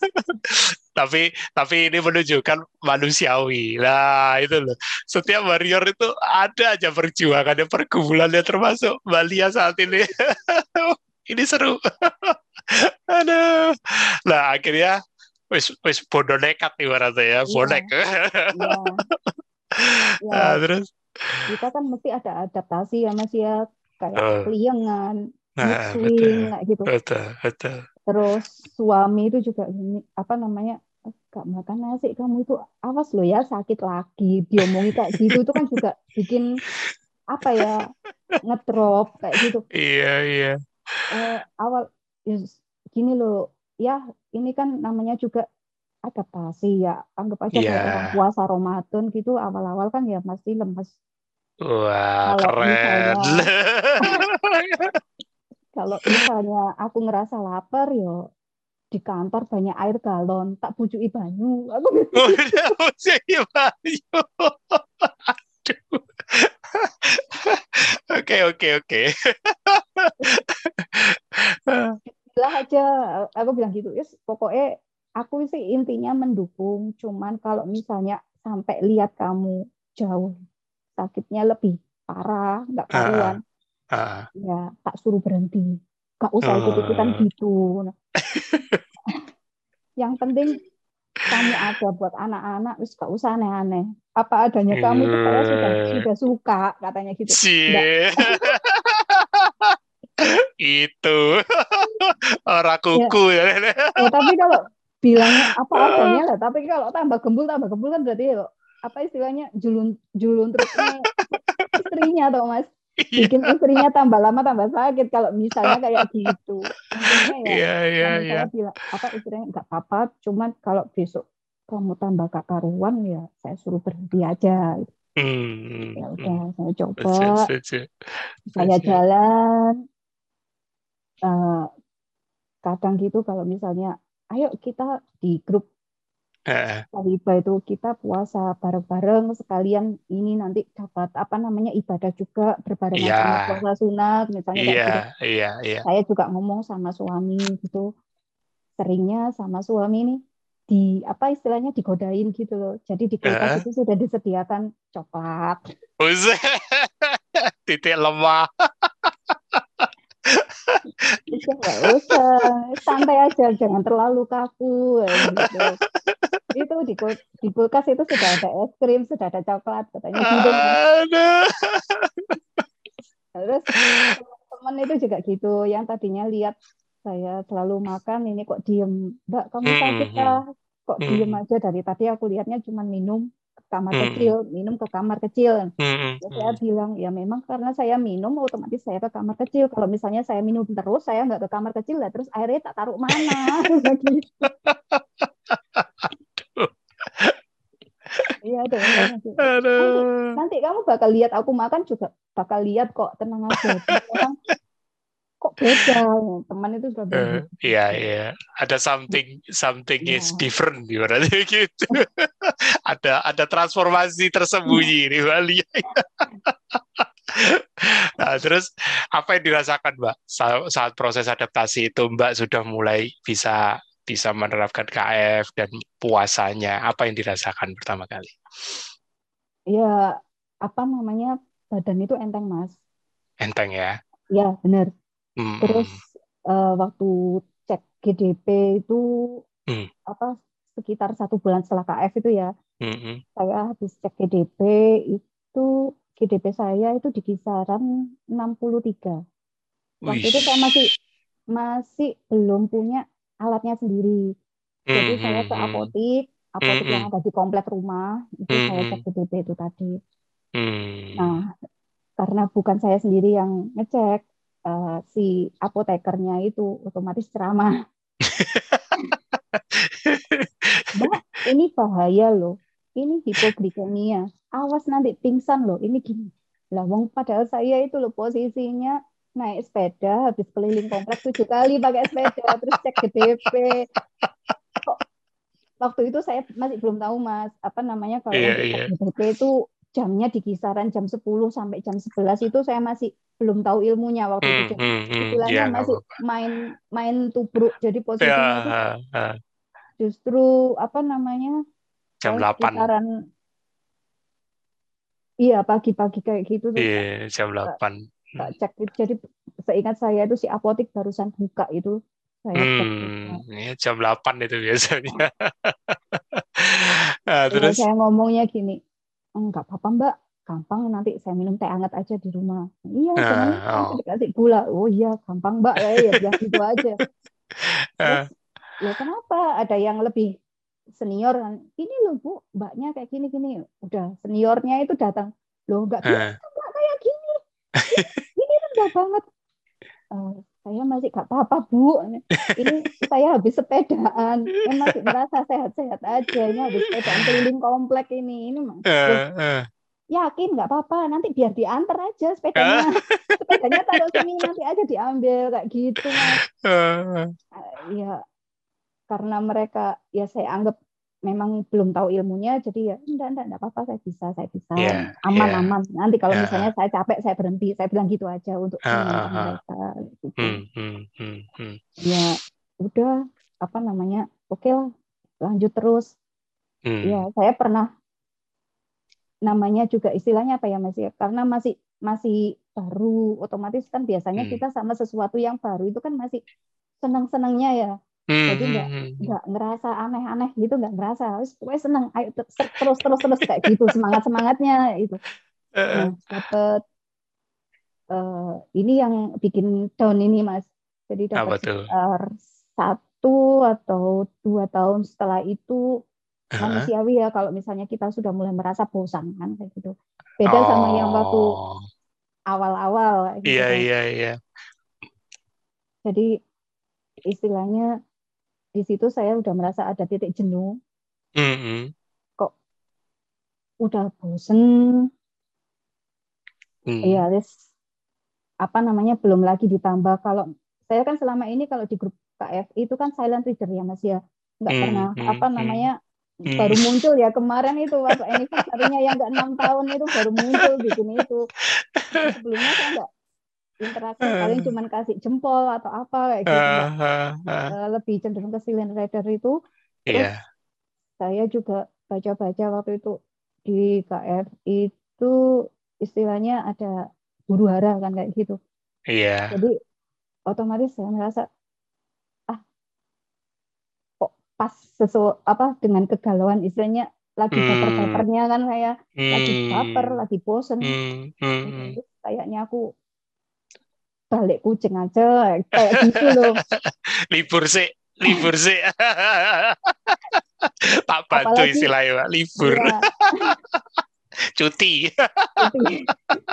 A: Tapi ini menunjukkan manusiawi. Nah, itu loh. Setiap warrior itu ada aja perjuangannya, pergumulannya termasuk Mbak Lia saat ini. Ini seru. Aduh. Nah, akhirnya wis bodoh nekat ibaratnya ya,
B: iya
A: bonek.
B: iya ya
A: Nah, terus
B: kita kan mesti ada adaptasi ya Mas ya kayak
A: oh,
B: keliengan mood
A: nah,
B: swing
A: betul.
B: kayak gitu
A: Betul, betul.
B: terus suami itu juga gini apa namanya gak makan nasi kamu itu awas lo ya sakit lagi diomongi kayak gitu itu kan juga bikin apa ya ngedrop kayak gitu
A: Iya, iya.
B: awal ya, gini loh ya ini kan namanya juga adaptasi ya anggap aja
A: Iya.
B: kayak orang puasa Ramadan gitu awal-awal kan ya pasti lemes
A: Wah,
B: kalau
A: keren.
B: misalnya kalau misalnya aku ngerasa lapar yo di kantor banyak air galon tak bujuki banyu aku bilang gitu
A: Udah musik Bayu. Oke, oke, oke.
B: bilang aja aku bilang gitu yes pokoknya aku sih intinya mendukung cuman kalau misalnya sampai lihat kamu jauh sakitnya lebih parah, nggak
A: Ah,
B: karuan,
A: ah,
B: ya tak suruh berhenti. Gak usah ikut-ikutan
A: ah.
B: gitu. Nah, yang penting kamu ada buat anak-anak, wis gak usah aneh-aneh. Apa adanya kamu itu saya sudah suka katanya gitu. Nggak,
A: Cie. Itu orang
B: ya,
A: kuku ya.
B: ya tapi kalau bilangnya apa adanya lah, tapi kalau tambah gembul kan berarti ya, apa istilahnya julun julun truknya istrinya atau Mas,
A: Iya,
B: bikin istrinya tambah lama tambah sakit kalau misalnya kayak gitu. Intinya ya
A: iya, iya,
B: suami
A: iya.
B: saya bilang apa istrinya nggak apa-apa, cuman kalau besok kamu tambah gak karuan ya saya suruh berhenti aja. Ya udah saya coba,
A: Setuju, setuju,
B: saya
A: setuju.
B: jalan, eh, kadang gitu kalau misalnya ayo kita di grup
A: Heeh.
B: Taliba itu kita puasa bareng-bareng sekalian ini nanti dapat apa namanya ibadah juga berbarengan
A: Iya,
B: sama puasa sunat misalnya kayak
A: iya,
B: gitu.
A: iya, iya.
B: Saya juga ngomong sama suami gitu, seringnya sama suami ini di apa istilahnya digodain gitu loh. Jadi di kulkas
A: Heeh.
B: itu sudah disediakan coklat.
A: Buset, titik lemah.
B: Udah nggak usah, santai aja, jangan terlalu kaku kayak gitu. Itu di kulkas itu sudah ada es krim, sudah ada coklat, katanya gitu Mas.
A: Aduh.
B: Terus teman-teman itu juga gitu, yang tadinya lihat saya selalu makan, ini kok diem. Mbak, kamu sakit kah?
A: Hmm,
B: Kok diem
A: hmm,
B: aja dari tadi aku lihatnya cuma
A: hmm,
B: minum ke kamar kecil.
A: hmm,
B: Ya, saya
A: hmm.
B: bilang, ya memang karena saya minum, otomatis saya ke kamar kecil. Kalau misalnya saya minum terus, saya nggak ke kamar kecil, lah terus airnya tak taruh mana? Gitu. Iya deh. Nanti,
A: Aduh.
B: nanti kamu bakal lihat aku makan juga bakal lihat kok, tenang aja. Memang kok beda. Teman itu sudah bilang gitu.
A: Iya, iya. Ada something is
B: Ya,
A: different berarti gitu. Ada transformasi tersembunyi di Bali. Nah, terus apa yang dirasakan Mbak saat proses adaptasi itu Mbak sudah mulai bisa bisa menerapkan KF dan puasanya, apa yang dirasakan pertama kali?
B: ya apa namanya badan itu enteng Mas.
A: Enteng ya?
B: Ya benar. Terus
A: Hmm,
B: waktu cek GDP itu
A: hmm,
B: apa sekitar 1 bulan setelah KF itu ya,
A: hmm, hmm.
B: saya habis cek GDP itu GDP saya itu di kisaran 63. Waktu
A: Wih.
B: itu saya masih masih belum punya alatnya sendiri. Jadi
A: Hmm,
B: saya
A: hmm,
B: ke
A: hmm,
B: apotik,
A: hmm,
B: apotik yang
A: hmm,
B: ada di komplek rumah, itu
A: hmm,
B: saya cek
A: hmm,
B: GDP itu tadi.
A: hmm.
B: Nah, karena bukan saya sendiri yang ngecek, si apotekernya itu otomatis ceramah, Mbak, ini bahaya loh, ini hipoglikemia, awas nanti pingsan loh, ini gini. Lah, wong padahal saya itu loh posisinya naik sepeda, habis keliling komplek 7 kali pakai sepeda, terus cek GDP. Kok waktu itu saya masih belum tahu Mas, apa namanya kalau
A: Iya,
B: untuk cek
A: iya.
B: GDP itu jamnya di kisaran jam 10 sampai jam 11 itu saya masih belum tahu ilmunya waktu itu.
A: Hmm,
B: Jadi
A: hmm, hmm. Ya,
B: istilahnya
A: nggak
B: masih
A: apa-apa.
B: main main tubruk. Jadi
A: Ya,
B: posisinya itu justru apa namanya
A: jam
B: saya
A: 8.
B: sekitaran iya pagi-pagi kayak gitu tuh
A: Iya,
B: tak,
A: jam
B: tak,
A: 8.
B: tak
A: Hmm.
B: cek. Jadi seingat saya itu si apotik barusan buka itu saya cek juga.
A: Ya, jam 8 itu biasanya. Nah,
B: Ya
A: terus
B: saya ngomongnya gini, enggak apa-apa Mbak, gampang nanti saya minum teh hangat aja di rumah. Iya, jangan nanti
A: oh.
B: dikasih gula. Oh iya, gampang Mbak, ya bilang gitu aja. Terus,
A: Eh,
B: loh kenapa? Ada yang lebih senior kan? Ini loh Bu, Mbaknya kayak gini-gini. Udah seniornya itu datang. Loh nggak
A: eh.
B: bisa Mbak kayak gini. Ini rendah banget. "Eh, saya masih gak apa-apa Bu. Ini saya habis sepedaan. Masih merasa sehat-sehat aja. Ini habis sepedaan keliling komplek ini. Ini Mas. Loh,
A: Eh, eh.
B: yakin nggak apa-apa, nanti biar diantar aja sepedanya.
A: Eh,
B: Sepedanya taruh sini, nanti aja diambil kayak gitu, Mas.
A: eh.
B: Ya, karena mereka ya saya anggap memang belum tahu ilmunya, jadi ya enggak apa-apa, saya bisa,
A: Ya,
B: aman,
A: ya.
B: aman. Nanti kalau misalnya
A: Ya,
B: saya capek, saya berhenti, saya bilang gitu aja untuk
A: ah, ah,
B: menenangkan
A: ah.
B: mereka, gitu.
A: Hmm, hmm, hmm, hmm.
B: Ya, udah, apa namanya, oke lah, lanjut terus. Ya,
A: Hmm.
B: saya pernah namanya juga istilahnya apa ya Mas ya? Karena masih masih baru, otomatis kan biasanya kita sama sesuatu yang baru itu kan masih senang-senangnya ya. Jadi nggak ngerasa aneh-aneh gitu, nggak ngerasa. Pokoknya senang, ayo terus terus terus kayak gitu, semangatnya itu. Nah, dapat ini yang bikin down ini Mas. Jadi dapat
A: Apa tuh?
B: sekitar 1 atau 2 tahun setelah itu, manusiawi ya kalau misalnya kita sudah mulai merasa bosan kan kayak gitu. Beda sama yang waktu
A: Oh,
B: awal-awal kayak gitu
A: iya
B: kan.
A: iya iya.
B: Jadi istilahnya di situ saya udah merasa ada titik jenuh.
A: Mm-mm.
B: Kok udah bosen, ya
A: Mm.
B: wis, apa namanya, belum lagi ditambah kalau saya kan selama ini kalau di grup KFI itu kan silent reader ya Mas ya, nggak pernah
A: Mm,
B: apa
A: mm,
B: namanya,
A: mm, mm.
B: baru muncul ya kemarin itu waktu anniversary-nya yang nggak 6 tahun itu baru muncul bikin itu sebelumnya saya nggak interaksi, paling cuman kasih jempol atau apa kayak gitu, nggak lebih cenderung ke silent reader itu. Terus
A: Iya,
B: saya juga baca-baca waktu itu di KF itu istilahnya ada huru hara kan kayak gitu.
A: iya.
B: Jadi otomatis saya merasa ah kok pas apa dengan kegalauan istilahnya lagi
A: Hmm,
B: baper-bapernya kan saya lagi baper,
A: hmm,
B: lagi bosen.
A: hmm.
B: Kayaknya aku balik kucing aja kayak gitu loh.
A: Libur sih, libur sih. Tak bantu
B: Apalagi
A: istilahnya, Pak. Libur,
B: ya
A: cuti.
B: itu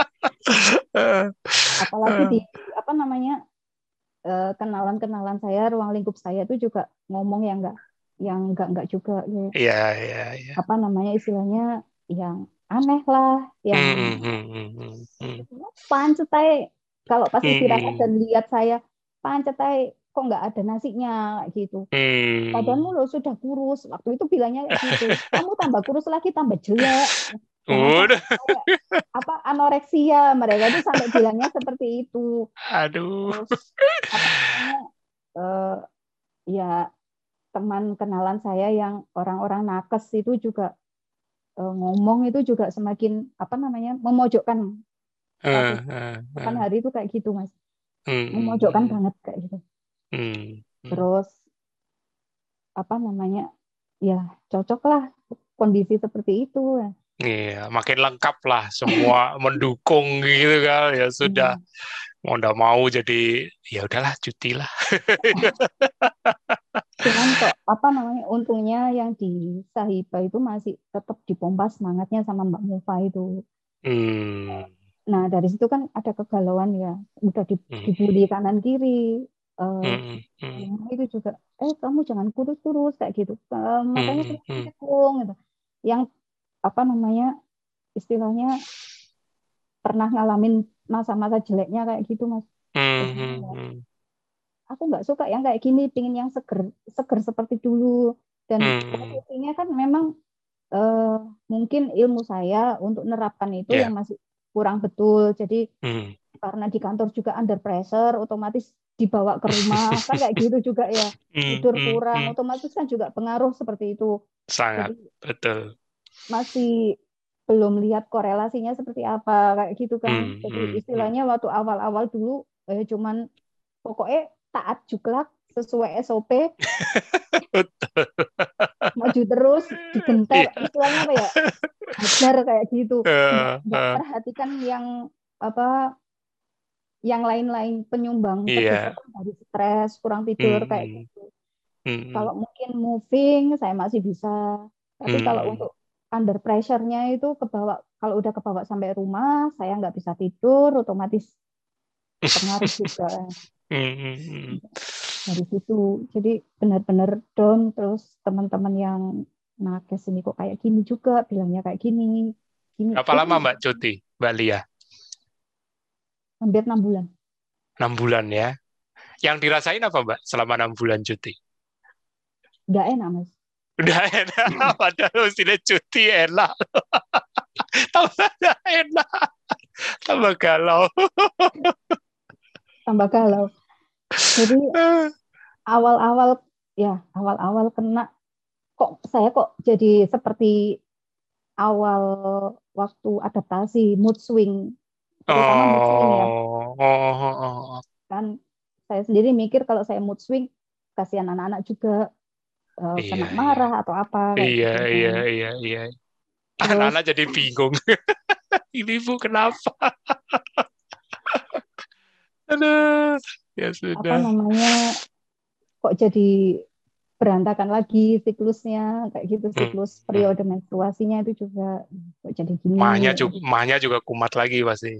B: apalagi di apa namanya, kenalan-kenalan saya, ruang lingkup saya itu juga ngomong yang enggak juga ya.
A: Iya, iya, iya.
B: Apa namanya istilahnya yang aneh lah,
A: Hmm,
B: yang
A: hmm, hmm, hmm, hmm.
B: pancet aja. Kalau pas istirahat
A: Hmm,
B: dan lihat saya pancet aja, kok nggak ada nasinya kayak gitu. Badanmu
A: hmm.
B: lo sudah kurus. Waktu itu bilangnya kayak gitu. Kamu tambah kurus lagi, tambah jelek. Jangan sampai
A: Udah,
B: kayak apa anoreksia. Mereka itu sampai bilangnya seperti itu.
A: aduh.
B: Terus apa namanya, eh, ya teman kenalan saya yang orang-orang nakes itu juga ngomong itu juga semakin apa namanya memojokkan status kan
A: Hmm,
B: hari itu kayak gitu Mas, memojokkan
A: hmm,
B: banget kayak gitu.
A: hmm, hmm.
B: Terus apa namanya, ya cocok lah kondisi seperti itu.
A: Iya, makin lengkap lah, semua mendukung gitu kan. Ya sudah,
B: Hmm.
A: mau nggak mau jadi ya udahlah cuti lah.
B: Cuman kok apa namanya untungnya yang di Sahiba itu masih tetap dipompa semangatnya sama Mbak Mufa itu.
A: Hmm,
B: Nah, dari situ kan ada kegalauan ya, udah
A: hmm,
B: dibully kanan kiri. Eh,
A: hmm, hmm,
B: itu juga, kamu jangan kurus-kurus kayak gitu. Makanya
A: hmm, hmm,
B: sedikit dong gitu. Yang apa namanya istilahnya pernah ngalamin masa-masa jeleknya kayak gitu, Mas.
A: hmm,
B: Jadi
A: hmm,
B: ya,
A: hmm,
B: aku nggak suka yang kayak gini, pingin yang seger, seger seperti dulu. Dan
A: hmm.
B: posisinya kan memang eh, mungkin ilmu saya untuk menerapkan itu yang
A: Ya,
B: masih kurang betul. Jadi
A: hmm.
B: karena di kantor juga under pressure, otomatis dibawa ke rumah kan kayak gitu juga ya,
A: Hmm,
B: tidur
A: hmm,
B: kurang,
A: hmm.
B: otomatis kan juga pengaruh seperti itu. Jadi
A: Sangat betul.
B: masih belum lihat korelasinya seperti apa kayak gitu kan.
A: Hmm,
B: Jadi
A: hmm, hmm.
B: istilahnya waktu awal-awal dulu cuman pokoknya taat juklak sesuai SOP,
A: Betul.
B: maju terus, digenter,
A: Iya.
B: istilahnya apa ya, hajar kayak gitu.
A: Eh,
B: Nggak
A: eh.
B: perhatikan yang apa, yang lain-lain penyumbang
A: Iya.
B: terbesar kan dari stres, kurang tidur kayak
A: Hmm,
B: gitu.
A: hmm,
B: Kalau mungkin moving saya masih bisa, tapi kalau
A: hmm,
B: untuk under pressure-nya itu kebawa, kalau udah kebawa sampai rumah saya nggak bisa tidur, otomatis pengaruh juga
A: hmm, hmm, hmm.
B: dari situ. Jadi benar-benar down. Terus teman-teman yang nakes ini kok kayak gini juga, bilangnya kayak gini, gini.
A: Berapa lama Mbak cuti, Mbak Lia?
B: Hampir 6 bulan.
A: 6 bulan ya. Yang dirasain apa Mbak selama 6 bulan cuti?
B: Nggak enak mas,
A: Udah enak, padahal mestinya cuti enak. Tambah nggak enak, tambah galau.
B: tambah galau. Jadi awal-awal, ya awal-awal kena, kok saya kok jadi seperti awal waktu adaptasi mood swing, terutama mood swing ya. Kan saya sendiri mikir kalau saya mood swing, kasihan anak-anak juga kena marah atau apa kayak gitu.
A: Iya.
B: Terus
A: Anak-anak jadi bingung. Ini Bu kenapa? Aduh, ya
B: apa
A: sudah.
B: namanya, kok jadi berantakan lagi siklusnya kayak gitu, siklus
A: Hmm.
B: periode menstruasinya itu juga kok jadi gini.
A: Mahnya juga kumat lagi pasti.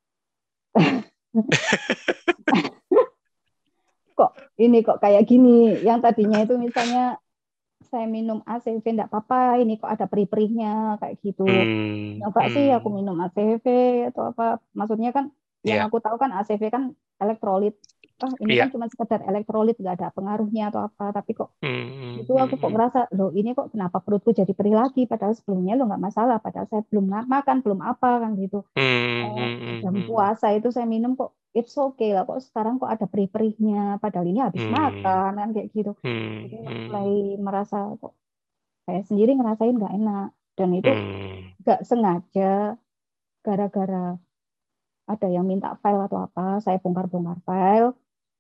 B: Kok ini kok kayak gini, yang tadinya itu misalnya saya minum ACV enggak apa-apa, ini kok ada perih-perihnya kayak gitu. Nyoba sih aku minum ACV atau apa, maksudnya kan yang
A: Ya,
B: aku tahu kan ACV kan elektrolit, ini kan
A: iya.
B: cuma sekedar elektrolit, nggak ada pengaruhnya atau apa, tapi kok
A: Hmm,
B: itu aku kok
A: hmm,
B: ngerasa loh ini kok kenapa perutku jadi perih lagi, padahal sebelumnya lo nggak masalah, padahal saya belum makan belum apa kan gitu. Jam puasa itu saya minum kok it's okay lah, kok sekarang kok ada perih-perihnya padahal ini habis makan kan kayak gitu. Jadi mulai merasa kok saya sendiri ngerasain nggak enak, dan itu nggak sengaja, gara-gara ada yang minta file atau apa, saya bongkar-bongkar file,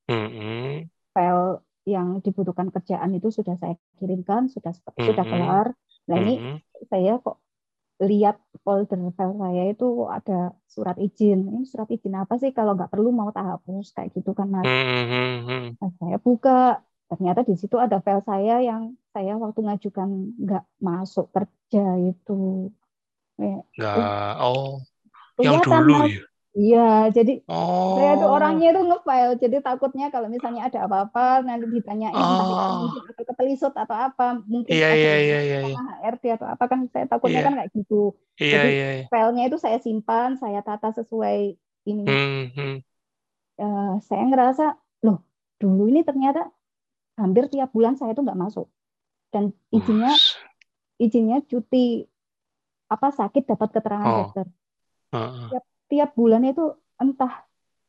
B: file yang dibutuhkan kerjaan itu sudah saya kirimkan, sudah kelar. Nah ini saya kok lihat folder file saya itu ada surat izin. Ini surat izin apa sih, kalau nggak perlu mau tak hapus kayak gitu kan Mas. Nah, saya buka, ternyata di situ ada file saya yang saya waktu ngajukan nggak masuk kerja itu.
A: Nggak, yang
B: Kelihatan
A: dulu
B: Mas.
A: ya.
B: Iya, jadi saya tuh
A: Oh,
B: orangnya itu ngefile, jadi takutnya kalau misalnya ada apa-apa nanti ditanyain, entah itu mungkin atau ketelisut atau apa, mungkin
A: iya,
B: ada
A: iya,
B: yang
A: iya, iya, iya,
B: sama HRD atau apa, kan saya takutnya
A: iya,
B: kan kayak gitu.
A: iya,
B: Jadi
A: iya, iya.
B: filenya itu saya simpan, saya tata sesuai ininya.
A: Hmm, hmm.
B: Saya ngerasa loh, dulu ini ternyata hampir tiap bulan saya tuh nggak masuk, dan izinnya
A: Us.
B: izinnya cuti apa sakit dapat keterangan
A: Oh,
B: dokter.
A: heeh.
B: Tiap tiap bulan itu entah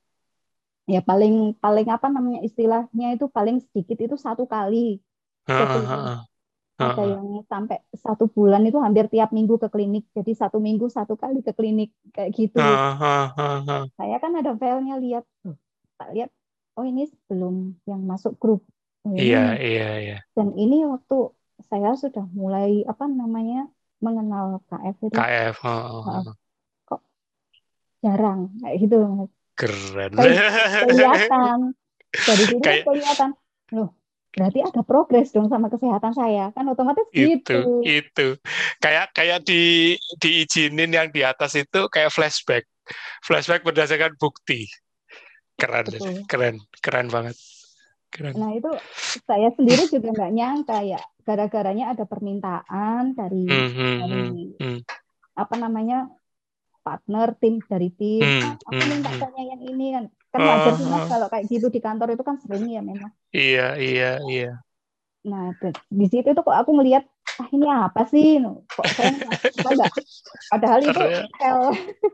B: ya, paling paling apa namanya istilahnya itu, paling sedikit itu 1 kali ke
A: Heeh,
B: klinik.
A: heeh,
B: Ada
A: heeh.
B: yang sampai 1 bulan itu hampir tiap minggu ke klinik, jadi 1 minggu 1 kali ke klinik kayak gitu.
A: Heeh, heeh, heeh.
B: Saya kan ada filenya, lihat tak lihat, oh ini sebelum yang masuk grup. Oh,
A: Iya,
B: ini
A: iya, iya.
B: dan ini waktu saya sudah mulai apa namanya mengenal KF itu,
A: KF, heeh,
B: uh,
A: heeh.
B: kok jarang kayak gitu.
A: Keren.
B: Kelihatan dari situ kan
A: Kayak
B: kelihatan loh, berarti ada progres dong sama kesehatan saya, kan otomatis
A: itu,
B: gitu.
A: itu. Kayak kayak diizinin yang di atas itu kayak flashback. Flashback berdasarkan bukti. Keren,
B: Betul.
A: keren, keren banget. Keren.
B: Nah itu saya sendiri juga nggak nyangka ya, gara-garanya ada permintaan
A: Hmm,
B: dari
A: hmm, hmm,
B: apa namanya partner tim, dari tim,
A: hmm,
B: aku
A: hmm,
B: minta
A: hmm.
B: filenya yang ini, kan kan wajar sih Mas
A: Ah,
B: kalau kayak gitu, di kantor itu kan sering ya memang.
A: iya, iya, iya.
B: Nah di situ tuh kok aku ngelihat, ini apa sih, kok saya apa enggak, padahal itu
A: Ter-
B: file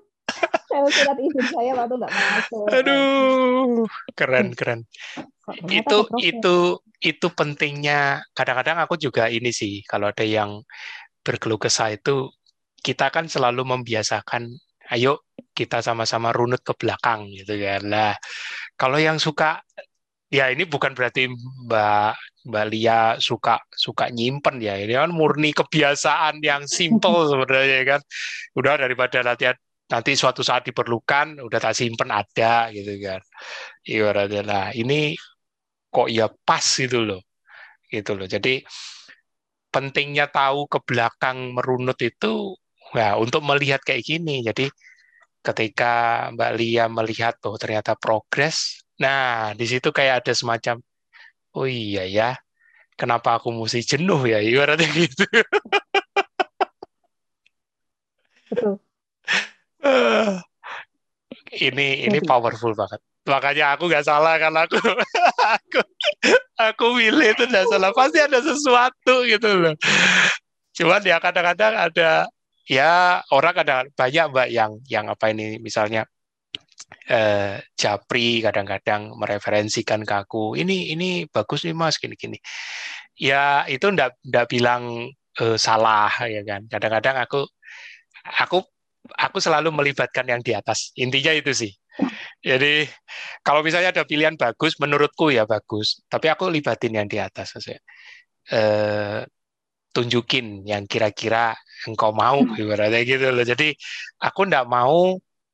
B: file surat izin saya waktu nggak masuk.
A: Aduh, keren,
B: Loh,
A: keren.
B: kok ternyata
A: Itu,
B: ada progres.
A: itu, itu pentingnya. Kadang-kadang aku juga ini sih, kalau ada yang berkeluh kesah itu, kita kan selalu membiasakan, ayo kita sama-sama runut ke belakang gitu kan. Nah, kalau yang suka, ya ini bukan berarti Mbak Mbak Lia suka suka nyimpen ya. Ini kan murni kebiasaan yang simple sebenarnya kan. Udah daripada latihan nanti suatu saat diperlukan, udah tak simpen ada gitu kan. Ibaratnya lah, ini kok ya pas gitu loh. Gitu loh. Jadi pentingnya tahu ke belakang merunut itu ya untuk melihat kayak gini. Jadi ketika Mbak Lia melihat oh ternyata progres, nah di situ kayak ada semacam oh iya ya, kenapa aku mesti jenuh ya ibaratnya gitu.
B: Betul.
A: Ini
B: Jadi
A: powerful banget. Makanya aku nggak salah kan aku aku milih itu nggak salah. Pasti ada sesuatu gitu loh. Cuman ya kadang-kadang ada ya orang ada banyak mbak yang apa ini misalnya japri kadang-kadang mereferensikan ke aku ini bagus nih mas gini-gini ya itu ndak bilang salah ya kan kadang-kadang aku aku selalu melibatkan yang di atas. Intinya itu sih. Jadi kalau misalnya ada pilihan bagus, menurutku ya bagus. Tapi aku libatin yang di atas. Maksudnya. Eh, tunjukin yang kira-kira engkau mau, ibaratnya gitu loh. Jadi aku nggak mau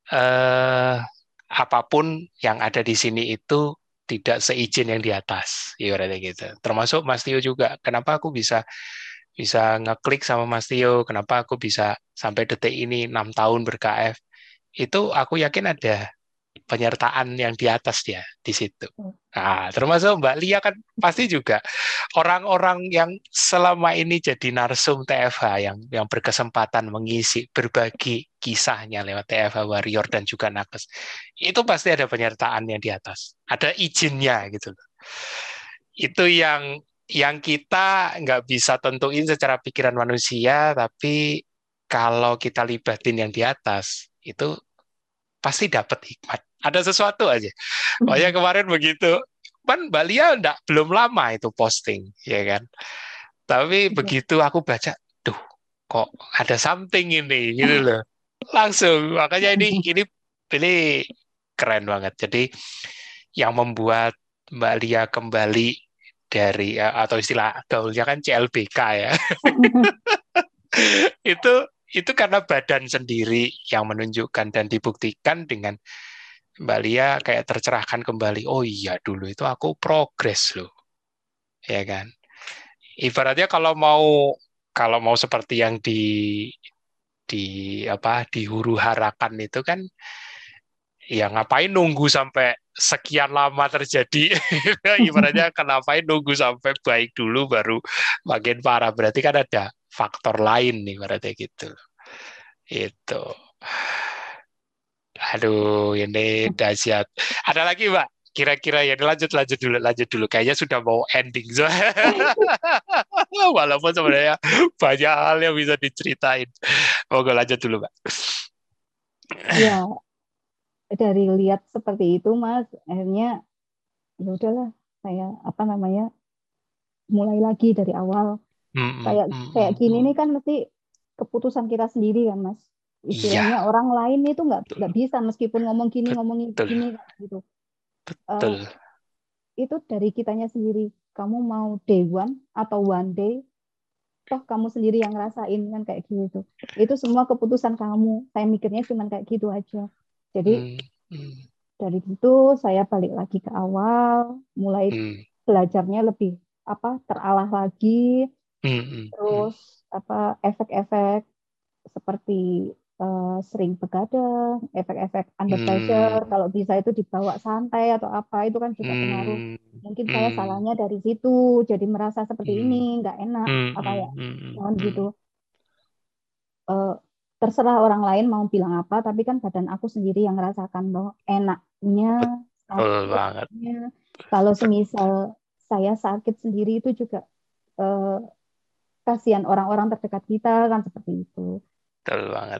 A: apapun yang ada di sini itu tidak seizin yang di atas, ibaratnya gitu. Termasuk Mas Tio juga. Kenapa aku bisa bisa ngeklik sama Mas Tio? Kenapa aku bisa sampai detik ini 6 tahun ber-KF? Itu aku yakin ada penyertaan yang di atas dia di situ. Nah, termasuk Mbak Lia kan pasti juga orang-orang yang selama ini jadi narsum TFH yang berkesempatan mengisi berbagi kisahnya lewat TFH Warrior dan juga Nakes. Itu pasti ada penyertaan yang di atas. Ada izinnya gitu loh. Itu yang kita nggak bisa tentuin secara pikiran manusia, tapi kalau kita libatin yang di atas, itu pasti dapat hikmat. Ada sesuatu aja. Makanya kemarin begitu, kan Mbak Lia belum lama itu posting, ya kan? Tapi begitu aku baca, duh, kok ada something ini, gitu loh. Langsung, makanya ini keren banget. Jadi yang membuat Mbak Lia kembali dari atau istilah gaulnya kan CLBK ya. itu itu karena badan sendiri yang menunjukkan dan dibuktikan dengan Mbak Lia kayak tercerahkan kembali. Oh iya, dulu itu aku progres loh, ya kan? Ibaratnya kalau mau seperti yang di dihuru harakan itu kan, ya ngapain nunggu sampai sekian lama terjadi? Ibaratnya kenapa nunggu sampai baik dulu baru makin parah? Berarti kan ada faktor lain nih, berarti gitu. Itu. Aduh, ini dahsyat. Ada lagi, Mbak? Kira-kira ya lanjut dulu. Kayaknya sudah mau ending. Walaupun sebenarnya banyak hal yang bisa diceritain. Oke, lanjut dulu, Mbak.
B: Ya, dari lihat seperti itu, Mas, akhirnya ya udahlah, saya apa namanya mulai lagi dari awal. Kayak kayak gini nih kan mesti keputusan kita sendiri kan, Mas.
A: Iya,
B: Istilahnya orang lain itu nggak
A: betul,
B: bisa meskipun ngomong gini ngomongin
A: betul,
B: gini gitu. Eh,
A: betul.
B: itu dari kitanya sendiri. Kamu mau day one atau one day, toh kamu sendiri yang ngerasain kan kayak gitu. Itu semua keputusan kamu. Saya mikirnya cuma kayak gitu aja. Jadi
A: Hmm, hmm,
B: dari situ saya balik lagi ke awal, mulai
A: hmm,
B: belajarnya lebih apa teralah lagi,
A: hmm.
B: terus apa efek-efek seperti sering begadang, efek-efek under
A: Hmm,
B: pressure, kalau bisa itu dibawa santai atau apa itu kan juga pengaruh.
A: hmm,
B: Mungkin saya
A: hmm,
B: salahnya dari situ, jadi merasa seperti ini,
A: hmm,
B: nggak enak,
A: hmm,
B: apa ya,
A: hmm, hmm,
B: mohon gitu.
A: hmm.
B: Eh, terserah orang lain mau bilang apa, tapi kan badan aku sendiri yang merasakan bahwa enaknya,
A: Betul banget,
B: sakitnya, kalau semisal saya sakit sendiri itu juga eh, kasihan orang-orang terdekat kita kan seperti itu.
A: betul banget.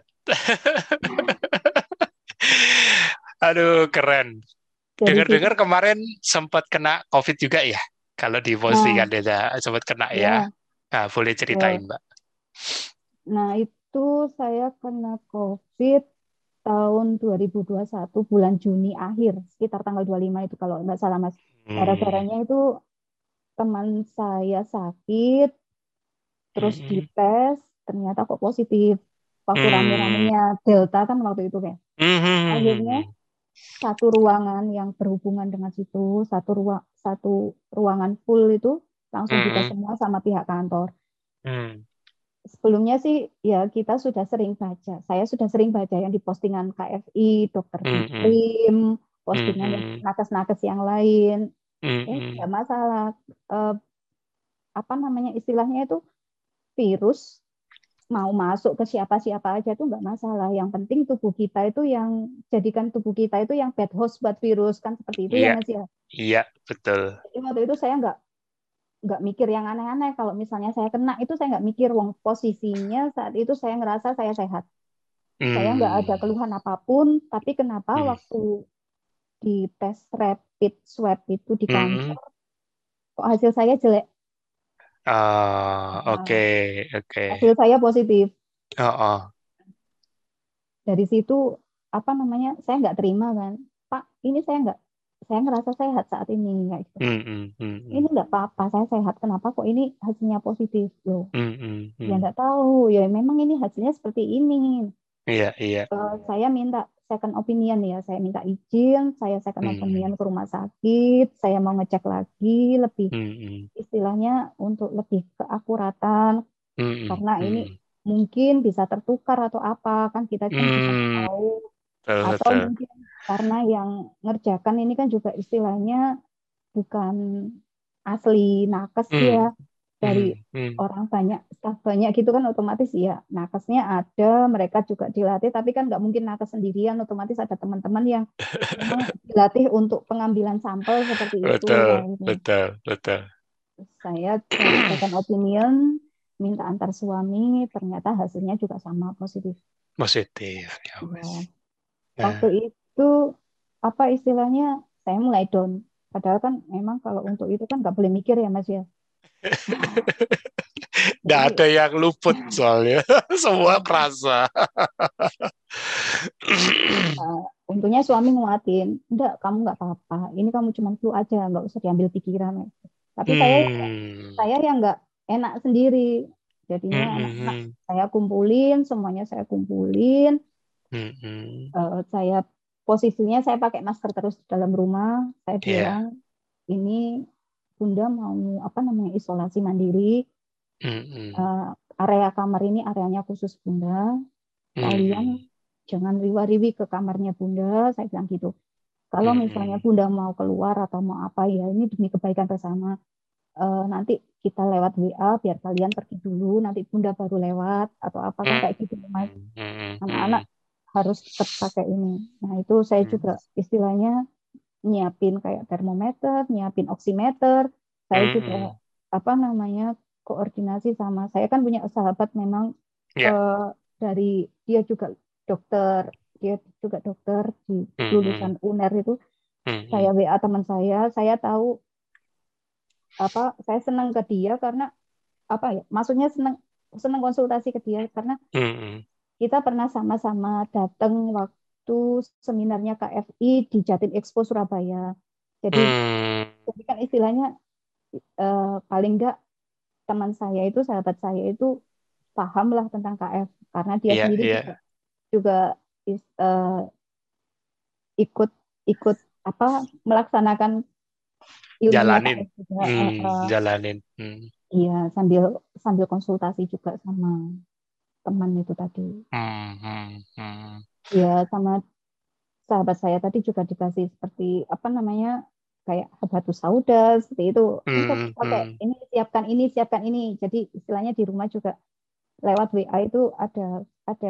A: Aduh, keren.
B: Dari situ,
A: Dengar-dengar kemarin sempat kena COVID juga ya? Kalau di
B: nah,
A: postingan dia sempat kena ya.
B: ya,
A: Nah, boleh ceritain,
B: eh,
A: Mbak.
B: nah itu saya kena COVID tahun 2021 bulan Juni akhir, sekitar tanggal 25 itu kalau nggak salah Mas.
A: Hmm.
B: Gara-garanya itu teman saya sakit, terus
A: Hmm.
B: dites, ternyata kok positif. Waktu
A: Hmm.
B: rame-ramenya Delta kan waktu itu kayak. Akhirnya
A: Hmm.
B: satu ruangan yang berhubungan dengan situ, satu ruangan full itu langsung dites
A: Hmm.
B: semua sama pihak kantor.
A: Hmm.
B: Sebelumnya sih ya kita sudah sering baca. Saya sudah sering baca yang di postingan KFI, Dokter
A: Hmm. Hmm.
B: Biprim, postingan yang
A: Hmm.
B: nakes-nakes yang lain.
A: Hmm.
B: Nggak masalah. Eh, apa namanya istilahnya itu virus mau masuk ke siapa-siapa aja itu nggak masalah. Yang penting tubuh kita itu yang jadikan tubuh kita itu yang bad host buat virus kan seperti itu ya
A: Iya,
B: Mas ya.
A: iya, betul.
B: Jadi waktu itu saya nggak mikir yang aneh-aneh. Kalau misalnya saya kena itu saya nggak mikir wong posisinya saat itu saya ngerasa saya sehat. Saya nggak ada
A: Hmm.
B: keluhan apapun, tapi kenapa
A: Hmm.
B: waktu di tes rapid swab itu di
A: Hmm.
B: kantor, kok hasil saya jelek?
A: Ah, oke,
B: Nah,
A: oke.
B: hasil saya positif.
A: Oh, oh.
B: dari situ apa namanya, saya nggak terima kan, Pak, ini saya ngerasa sehat saat ini kayak gitu. Ini nggak apa-apa, saya sehat. Kenapa kok ini hasilnya positif loh? Ya nggak tahu. Ya memang ini hasilnya seperti ini.
A: Iya, iya.
B: Saya minta second opinion ya. Saya minta izin. Saya second opinion ke rumah sakit. Saya mau ngecek lagi lebih istilahnya untuk lebih keakuratan. Karena ini mungkin bisa tertukar atau apa kan kita kan bisa nggak tahu.
A: Betul,
B: Atau
A: betul.
B: mungkin karena yang ngerjakan ini kan juga istilahnya bukan asli nakes ya, dari orang banyak, staf banyak gitu kan, otomatis ya nakesnya ada, mereka juga dilatih, tapi kan nggak mungkin nakes sendirian, otomatis ada teman-teman yang memang dilatih untuk pengambilan sampel seperti itu.
A: Betul,
B: Nah, ini
A: betul, betul.
B: saya second opinion, minta antar suami, ternyata hasilnya juga sama positif.
A: Positif, ya
B: Ya,
A: wes.
B: waktu
A: Nah,
B: itu apa istilahnya, saya mulai down. Padahal kan memang kalau untuk itu kan nggak boleh mikir ya Mas ya.
A: nggak
B: Jadi
A: ada yang luput soalnya. Semua kerasa.
B: untungnya suami nguatin, enggak kamu nggak apa-apa, ini kamu cuma flu aja, nggak usah diambil pikiran. Tapi
A: Hmm.
B: saya yang nggak enak sendiri. Jadinya anak-anak
A: Hmm.
B: saya kumpulin, semuanya saya kumpulin.
A: Hmm.
B: Saya posisinya saya pakai masker terus di dalam rumah. Saya
A: Ya.
B: bilang ini Bunda mau apa namanya isolasi mandiri.
A: Hmm.
B: Eh, area kamar ini areanya khusus Bunda. Kalian
A: Hmm.
B: jangan riwa-riwi ke kamarnya Bunda. Saya bilang gitu. Kalau misalnya
A: Hmm.
B: Bunda mau keluar atau mau apa ya ini demi kebaikan bersama. Nanti kita lewat WA biar kalian pergi dulu. Nanti Bunda baru lewat atau apa kan
A: Hmm.
B: kayak gitu Mas.
A: Hmm.
B: Anak-anak
A: Hmm.
B: harus tetap pakai ini. Nah itu saya juga istilahnya nyiapin kayak termometer, nyiapin oximeter. Saya juga
A: Hmm.
B: apa namanya koordinasi sama, saya kan punya sahabat memang
A: Ya.
B: eh, dari dia juga dokter, dia juga dokter di
A: Hmm.
B: lulusan UNER itu.
A: Hmm.
B: Saya WA teman saya tahu apa, saya senang ke dia karena apa ya, maksudnya senang senang konsultasi ke dia karena
A: Hmm.
B: kita pernah sama-sama datang waktu seminarnya KFI di Jatim Expo Surabaya. Jadi
A: Hmm.
B: jadi kan istilahnya paling enggak teman saya itu, sahabat saya itu paham lah tentang KF karena dia
A: Iya,
B: sendiri
A: iya.
B: juga juga ikut ikut apa melaksanakan ilmunya
A: Jalanin.
B: KF juga.
A: Jalanin.
B: Iya, sambil sambil konsultasi juga sama teman itu tadi.
A: Hmm. Hmm. Hmm.
B: Iya, sama sahabat saya tadi juga dikasih seperti apa namanya kayak habatus sauda seperti itu, untuk
A: Hmm.
B: pakai
A: Hmm.
B: ini, siapkan ini, jadi istilahnya di rumah juga lewat WA itu ada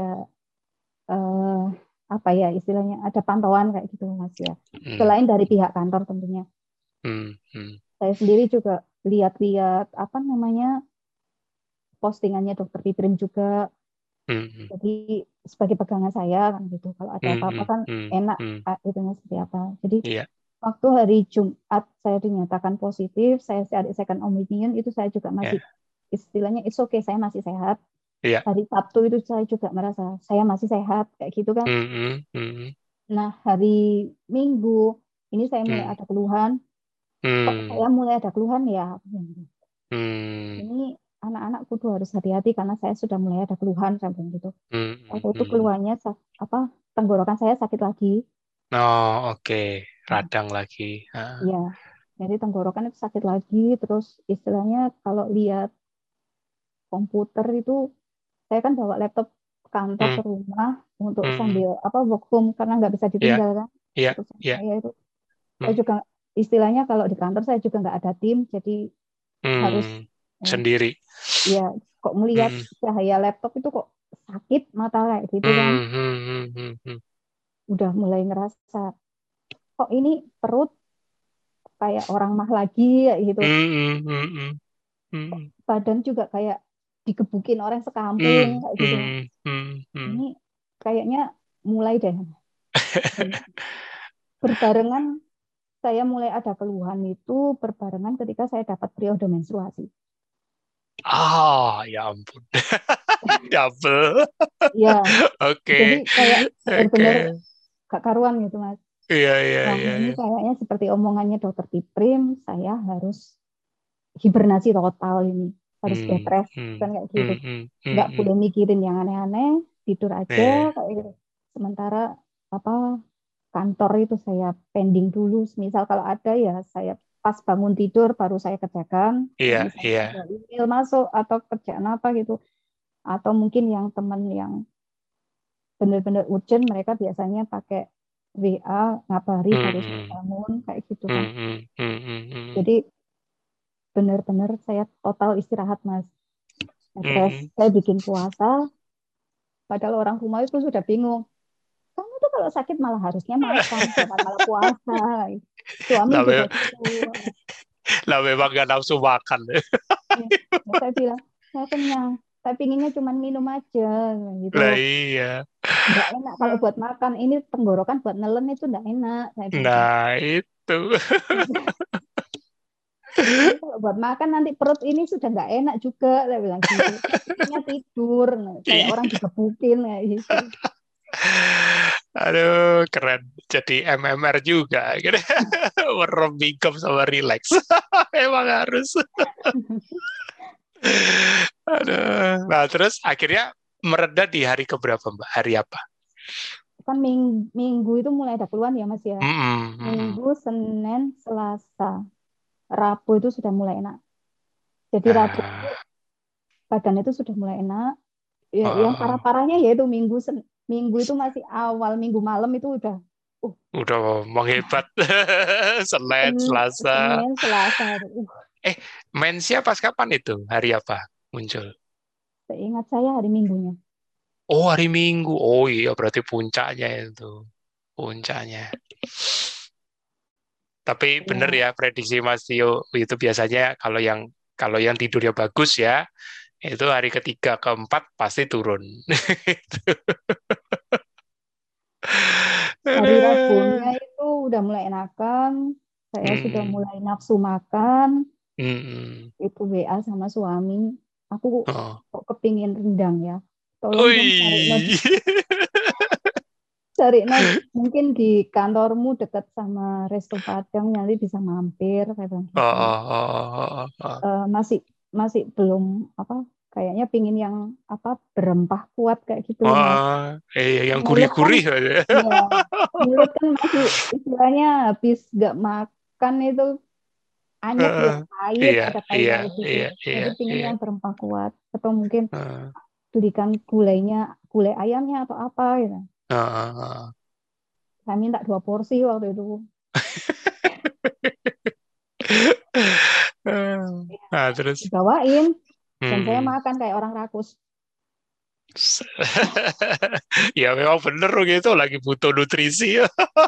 B: eh, apa ya istilahnya, ada pantauan kayak gitu Mas ya,
A: Hmm.
B: selain dari pihak kantor tentunya.
A: Hmm. Hmm.
B: Saya sendiri juga lihat-lihat apa namanya postingannya dokter Fitrim juga,
A: Hmm.
B: jadi sebagai pegangan saya kan gitu, kalau ada
A: Hmm.
B: apa-apa
A: Hmm.
B: kan
A: Hmm.
B: enak
A: Hmm.
B: itunya seperti apa. Jadi
A: Iya.
B: waktu hari Jumat saya dinyatakan positif, saya cari second opinion itu saya juga masih
A: Ya.
B: istilahnya it's okay, saya masih sehat.
A: Iya.
B: Hari Sabtu itu saya juga merasa saya masih sehat kayak gitu kan.
A: Hmm. Hmm.
B: Nah, hari Minggu ini saya mulai
A: Hmm.
B: ada keluhan. Kok
A: Hmm.
B: saya mulai ada keluhan ya?
A: Hmm.
B: Ini anak-anak kudu harus hati-hati karena saya sudah mulai ada keluhan saya bilang gitu.
A: Hmm.
B: Waktu itu
A: Hmm.
B: keluhannya apa tenggorokan saya sakit lagi.
A: Oh, oke. Radang lagi. Ah.
B: Ya, jadi tenggorokan itu sakit lagi. Terus istilahnya kalau lihat komputer itu, saya kan bawa laptop kantor
A: Hmm.
B: ke rumah untuk
A: Hmm.
B: sambil apa work home karena nggak bisa
A: Ya,
B: ditinggal kan.
A: ya,
B: Urusan
A: ya.
B: saya itu, saya
A: Hmm.
B: juga istilahnya kalau di kantor saya juga nggak ada tim, jadi harus
A: Hmm.
B: eh,
A: Sendiri.
B: ya kok melihat
A: Hmm.
B: cahaya laptop itu kok sakit mata kayak gitu kan,
A: Hmm. Hmm. Hmm. Hmm. Hmm.
B: udah mulai ngerasa kok ini perut kayak orang mah lagi kayak gitu,
A: Hmm. Hmm. Hmm.
B: kok
A: Hmm.
B: badan juga kayak digebukin orang sekampung
A: Hmm.
B: kayak gitu.
A: Hmm. Hmm. Hmm.
B: Ini kayaknya mulai deh. Dan berbarengan saya mulai ada keluhan itu berbarengan ketika saya dapat periode menstruasi.
A: Ya ampun. Double.
B: Ya, jadi
A: Oke.
B: kayak
A: Oke.
B: benar-benar gak karuan gitu Mas.
A: Iya, iya,
B: Wah,
A: iya,
B: ini
A: iya.
B: kayaknya seperti omongannya dokter Piprim, saya harus hibernasi total ini. Harus bed
A: Hmm,
B: rest,
A: hmm,
B: kan kayak gitu.
A: hmm, hmm, hmm,
B: Nggak
A: hmm.
B: boleh mikirin yang aneh-aneh, tidur aja
A: Iya,
B: kayak gitu. Sementara apa kantor itu saya pending dulu. Misal kalau ada ya saya pas bangun tidur baru saya kerjakan. Kayak
A: iya,
B: misalnya
A: iya.
B: ada email masuk atau kerjaan apa gitu. Atau mungkin yang teman yang benar-benar urgent mereka biasanya pakai WA ngabari
A: Hmm,
B: baru saya
A: hmm,
B: bangun kayak gitu kan.
A: hmm, hmm, hmm, hmm, hmm,
B: Jadi benar-benar saya total istirahat Mas. Stres,
A: hmm.
B: saya bikin puasa, padahal orang rumah itu sudah bingung. Kamu tuh kalau sakit malah harusnya makan, jangan malah puasa. Suami
A: Lah,
B: juga
A: me-
B: gitu.
A: lah memang gak nafsu makan.
B: Ya, saya bilang, saya kenyang. Saya pinginnya cuma minum aja, gitu.
A: Lah iya.
B: Nggak enak kalau buat makan. Ini tenggorokan buat nelen itu nggak enak. Saya bilang.
A: Nah, itu.
B: Ini kalau buat makan nanti perut ini sudah nggak enak juga. Saya bilang gitu. Saya pinginnya tidur, kayak orang
A: Iya.
B: digebukin kayak gitu.
A: Aduh, keren. Jadi MMR juga. Gitu. Merem income sama relax. Emang harus. Aduh. Nah, terus akhirnya mereda di hari keberapa, Mbak? Hari apa?
B: Kan minggu itu mulai ada keluhan ya Mas ya.
A: Mm-mm, mm-mm.
B: Minggu, Senin, Selasa, Rabu itu sudah mulai enak. Jadi Rabu itu
A: Nah,
B: badan itu sudah mulai enak. Ya, yang
A: oh,
B: parah-parahnya yaitu minggu itu masih awal minggu malam itu udah uh,
A: udah menghebat. Senin, Selasa.
B: Senin, Selasa.
A: Eh, mensnya pas kapan itu? Hari apa muncul?
B: Seingat saya hari Minggunya.
A: Oh, hari Minggu. Oh iya, berarti puncaknya itu. Puncaknya. Tapi bener
B: Ya,
A: ya prediksi Mas Tio itu biasanya kalau yang tidurnya bagus ya, itu hari ketiga keempat pasti turun.
B: hari Rabunya
A: Aduh.
B: itu udah mulai enakan. Saya sudah
A: Hmm,
B: mulai nafsu makan.
A: hmm,
B: Itu WA sama suami. Aku
A: oh.
B: kok kepingin rendang ya. Tolong dong
A: Ui.
B: cari not mungkin di kantormu dekat sama Resto Padang nanti bisa mampir kayak bilang
A: Oh,
B: gitu.
A: oh, oh, oh, oh.
B: Masih masih belum apa kayaknya pingin yang apa berempah kuat kayak gitu loh Mas.
A: Wah, yang
B: Mulut kan
A: gurih-gurih aja.
B: ya mulut kan masih istilahnya habis nggak makan itu anyep ya
A: Heeh.
B: pahit
A: Iya,
B: ada
A: iya,
B: pahitnya gitu.
A: iya, iya,
B: Jadi pingin
A: iya.
B: yang berempah kuat atau mungkin
A: Heeh,
B: belikan gulainya gulai ayamnya atau apa gitu.
A: heeh, heeh.
B: Saya minta 2 porsi waktu itu.
A: Nah, terus.
B: Dibawain dan saya
A: Hmm.
B: makan kayak orang rakus.
A: Ya memang bener gitu, lagi butuh nutrisi.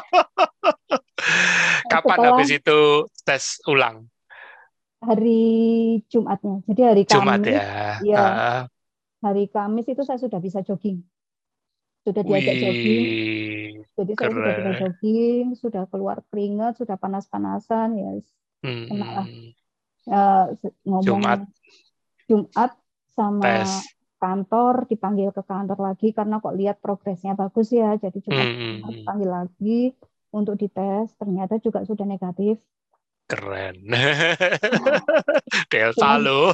A: Kapan
B: Setelah
A: habis itu tes ulang?
B: hari Jumatnya. Jadi hari
A: Jumat
B: Kamis,
A: ya.
B: ya
A: Ah,
B: hari Kamis itu saya sudah bisa jogging. Sudah diajak jogging,
A: wih,
B: jadi saya sudah bisa
A: keren.
B: jogging, sudah keluar keringat, sudah panas-panasan, ya enak lah.
A: Hmm,
B: Ya, ngomong
A: Jumat
B: Jumat sama
A: tes.
B: kantor, dipanggil ke kantor lagi karena kok lihat progresnya bagus ya. Jadi Jumat
A: Hmm,
B: panggil lagi untuk dites, ternyata juga sudah negatif.
A: keren. Delta
B: Cuman
A: lo.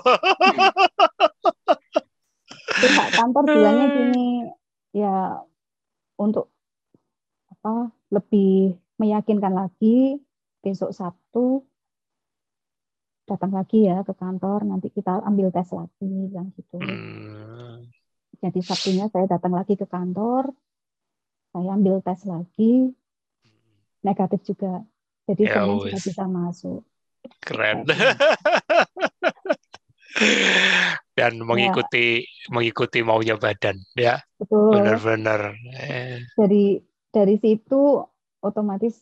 B: pihak kantor bilangnya gini, ya untuk apa lebih meyakinkan lagi besok Sabtu datang lagi ya ke kantor nanti kita ambil tes lagi bilang gitu.
A: Hmm,
B: Jadi Sabtunya saya datang lagi ke kantor, saya ambil tes lagi, negatif juga. Jadi
A: ya
B: Senin sudah
A: wis,
B: bisa masuk.
A: keren.
B: Kayak gitu.
A: Dan
B: Ya
A: mengikuti mengikuti maunya badan, ya.
B: betul.
A: Benar-benar.
B: Dari situ otomatis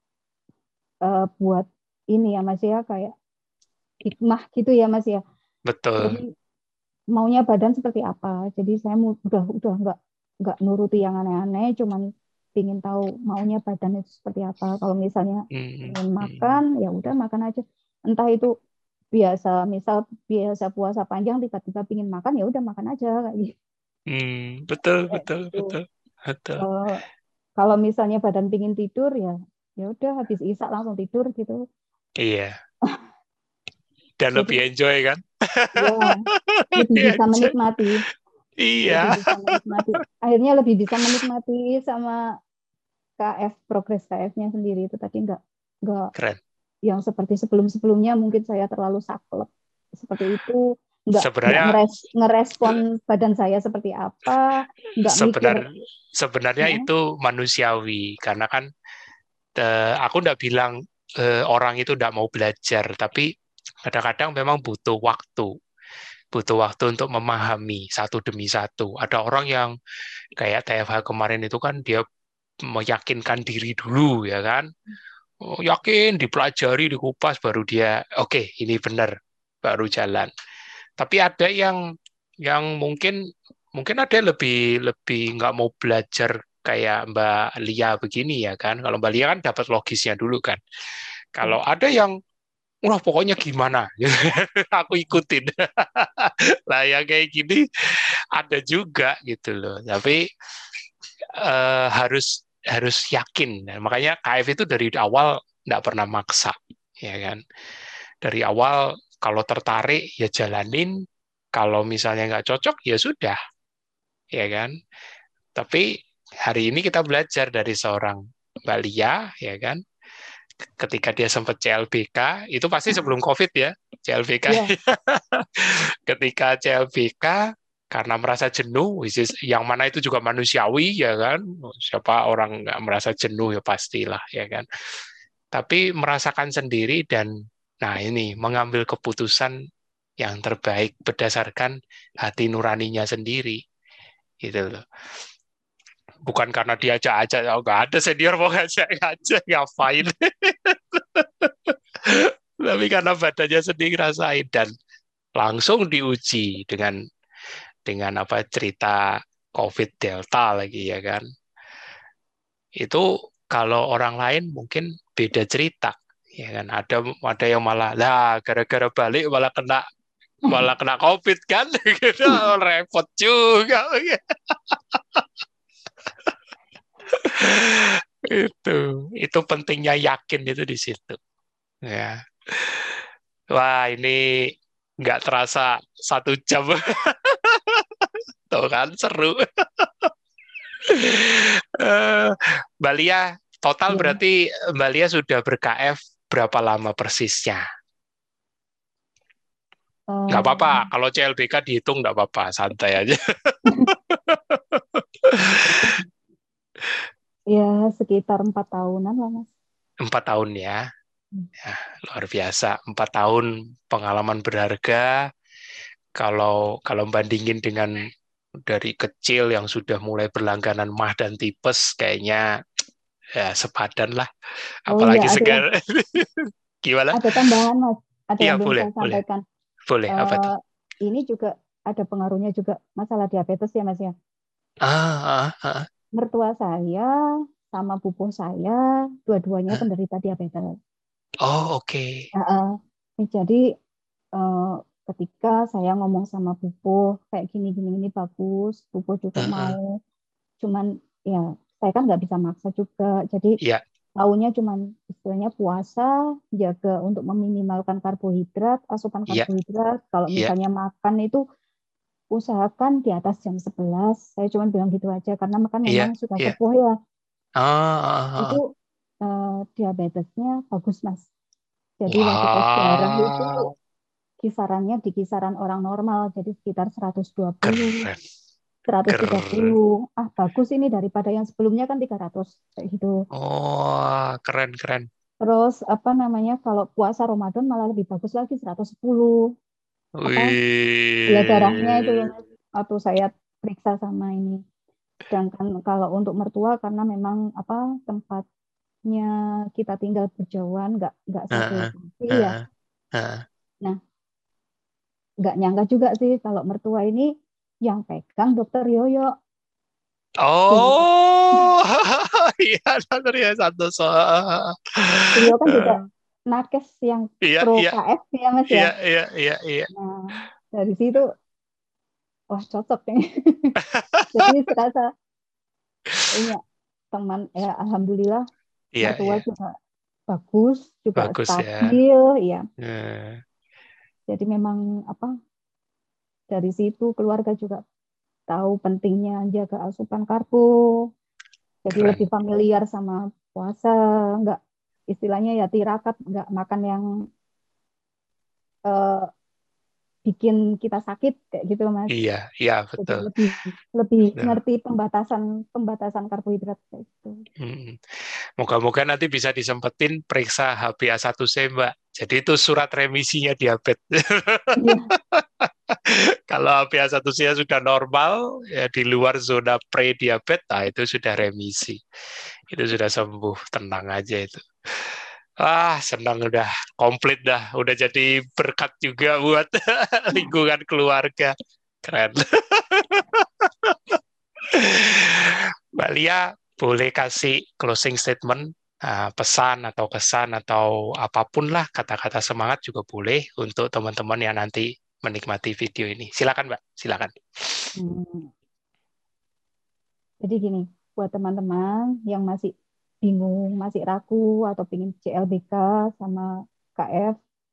B: buat ini ya Mas ya kayak hikmah gitu ya Mas ya. Jadi
A: Betul.
B: maunya badan seperti apa. Jadi saya udah nggak nuruti yang aneh-aneh, cuman ingin tahu maunya badan itu seperti apa. Kalau misalnya
A: Hmm,
B: ingin
A: hmm,
B: makan, ya udah makan aja. Entah itu biasa puasa panjang tiba-tiba pingin makan, ya udah makan aja kayak gitu.
A: Betul,
B: Kayak
A: betul,
B: gitu.
A: betul, betul.
B: Eh, Kalau misalnya badan pingin tidur, ya ya udah habis isak langsung tidur gitu.
A: Iya, dan
B: Jadi
A: lebih enjoy kan?
B: ya lebih
A: Lebih
B: bisa
A: enjoy.
B: menikmati, lebih
A: Iya,
B: bisa menikmati. Akhirnya lebih bisa menikmati sama KF, progres KF-nya sendiri itu tadi nggak
A: keren.
B: yang seperti sebelum-sebelumnya mungkin saya terlalu saklek seperti itu, nggak
A: Sebenarnya
B: ngerespon badan saya seperti apa, nggak mikir.
A: sebenar sebenarnya
B: Heeh.
A: itu manusiawi karena kan aku nggak bilang orang itu nggak mau belajar, tapi kadang-kadang memang butuh waktu untuk memahami satu demi satu. Ada orang yang kayak TFH kemarin itu kan dia meyakinkan diri dulu ya kan. Oh, yakin dipelajari, dikupas baru dia oke, ini benar baru jalan. Tapi ada yang mungkin mungkin ada yang lebih lebih nggak mau belajar kayak Mbak Lia begini ya kan. Kalau Mbak Lia kan dapat logisnya dulu kan. Kalau ada yang wah pokoknya gimana, aku ikutin. Lah yang kayak gini ada juga gitu loh. Tapi harus harus yakin. Nah, makanya KF itu dari awal nggak pernah maksa, ya kan. Dari awal kalau tertarik ya jalanin, kalau misalnya nggak cocok ya sudah, ya kan. Tapi hari ini kita belajar dari seorang Mbak Lia, ya kan. Ketika dia sempat CLBK, itu pasti sebelum COVID ya, CLBK.
B: Ya,
A: Ketika CLBK, karena merasa jenuh, yang mana itu juga manusiawi, ya kan. Siapa orang nggak merasa jenuh ya pastilah, ya kan. Tapi merasakan sendiri dan, nah ini, mengambil keputusan yang terbaik berdasarkan hati nuraninya sendiri, gitu loh. Bukan karena diajak-ajak, oh, nggak ada senior mau ngajak-ngajak, ngapain. Tapi karena badannya sendiri rasain dan langsung diuji dengan apa cerita COVID Delta lagi ya kan. Itu kalau orang lain mungkin beda cerita ya kan. Ada yang malah lah gara-gara balik malah kena COVID kan. Gitu, repot juga. Itu pentingnya yakin itu di situ ya. Wah, ini nggak terasa 1 jam. Tuh kan seru. Mbak Lia, total
B: ya.
A: berarti Mbak Lia sudah ber-KF berapa lama persisnya? Nggak apa-apa,
B: Eh,
A: kalau CLBK dihitung nggak apa-apa, santai aja.
B: ya sekitar 4 tahunan lah Mas.
A: 4 tahun ya. Ya, luar biasa. 4 tahun pengalaman berharga. Kalau bandingin dengan dari kecil yang sudah mulai berlangganan mah dan tipes, kayaknya ya sepadan lah.
B: Oh iya,
A: Apalagi segar. Gimana?
B: ada tambahan Mas, ada
A: Iya,
B: yang belum
A: boleh,
B: saya
A: boleh.
B: sampaikan.
A: Boleh, apa tuh?
B: Eh, ini juga ada pengaruhnya juga masalah diabetes ya Mas ya.
A: Ah, ah, ah.
B: Mertua saya sama pupuh saya dua-duanya
A: Ah.
B: penderita diabetes.
A: Oh, oke.
B: Heeh. Jadi eh, ketika saya ngomong sama pupuh kayak gini-gini ini bagus, pupuh juga
A: Heeh.
B: mau. Cuman ya saya kan nggak bisa maksa juga. Jadi
A: Iya,
B: taunya cuman istilahnya puasa, jaga untuk meminimalkan karbohidrat, asupan
A: iya,
B: karbohidrat. Kalau
A: iya,
B: misalnya makan itu usahakan di atas jam 11. Saya cuma bilang gitu aja karena makan
A: iya,
B: memang sudah
A: iya.
B: sepuh ya.
A: Ah, ah,
B: Itu
A: ah.
B: diabetesnya bagus Mas. Jadi waktu tes darah itu
A: Wow,
B: kisarannya di kisaran orang normal, jadi sekitar 120,
A: keren,
B: 130.
A: keren.
B: Ah, bagus ini daripada yang sebelumnya kan 300 kayak gitu.
A: Oh, keren, keren.
B: Terus apa namanya kalau puasa Ramadan malah lebih bagus lagi 110. Apa gula darahnya itu loh
A: Wih,
B: Mas. Waktu saya periksa sama ini. Sedangkan kalau untuk mertua karena memang apa tempatnya kita tinggal berjauhan nggak satu
A: ah,
B: lokasi ya.
A: ah, ah.
B: Nah, nggak nyangka juga sih kalau mertua ini yang pegang dokter Yoyo. Beliau,
A: Oh, iya, benar ya satu soal.
B: beliau kan juga nakes yang
A: Iya,
B: pro
A: iya,
B: KF ya Mas
A: iya,
B: ya.
A: iya, iya, iya.
B: Nah, dari situ wah cocok nih. Jadi serasa punya teman ya alhamdulillah
A: Iya,
B: mertua
A: iya.
B: juga bagus, juga
A: Bagus ya.
B: stabil ya.
A: Eh,
B: Jadi memang apa dari situ keluarga juga tahu pentingnya jaga asupan karbo. Jadi lebih
A: Keren.
B: familiar sama puasa, nggak istilahnya ya tirakat, nggak makan yang eh, bikin kita sakit kayak gitu Mas.
A: Iya, iya,
B: Jadi
A: betul.
B: lebih lebih
A: Betul.
B: ngerti pembatasan pembatasan karbohidrat kayak gitu.
A: Mm. Moga-moga nanti bisa disempetin periksa HbA1c, Mbak. Jadi itu surat remisinya diabetes.
B: Iya,
A: Kalau HbA1c sudah normal, ya di luar zona pre-diabetes, nah itu sudah remisi. Itu sudah sembuh, tenang aja itu. Senang udah komplit dah. Udah jadi berkat juga buat lingkungan keluarga. Keren. Mbak Lia, boleh kasih closing statement, pesan atau kesan atau apapun lah, kata-kata semangat juga boleh untuk teman-teman yang nanti menikmati video ini. Silakan, Mbak. Silakan.
B: hmm. Jadi gini, buat teman-teman yang masih bingung, masih ragu atau ingin CLBK sama KF,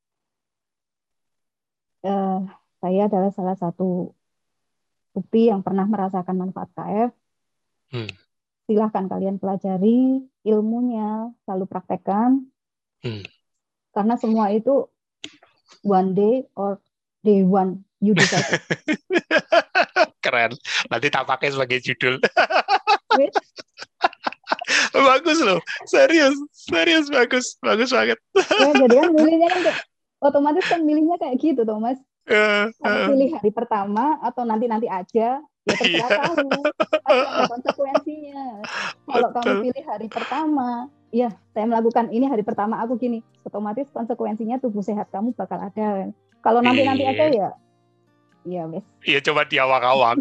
B: eh, saya adalah salah satu bukti yang pernah merasakan manfaat KF.
A: Hmm,
B: Silahkan kalian pelajari ilmunya, lalu praktekkan,
A: hmm.
B: karena semua itu one day or day one, you decide it.
A: Keren. Nanti tak pakai sebagai judul.
B: Wait,
A: Bagus loh. Serius. Serius. Bagus. Bagus banget.
B: ya jadi kan milihnya kan kayak, otomatis kan milihnya kayak gitu tuh Mas.
A: Eh,
B: Kamu
A: eh,
B: pilih hari pertama atau nanti-nanti aja, ya terserah
A: Iya.
B: kamu. Pasti ada konsekuensinya. Kalau kamu
A: Betul.
B: pilih hari pertama, ya saya melakukan ini hari pertama aku gini, otomatis konsekuensinya tubuh sehat kamu bakal ada. Kalau nanti-nanti aja
A: Iya.
B: ya wes.
A: Iya, coba diawang-awang.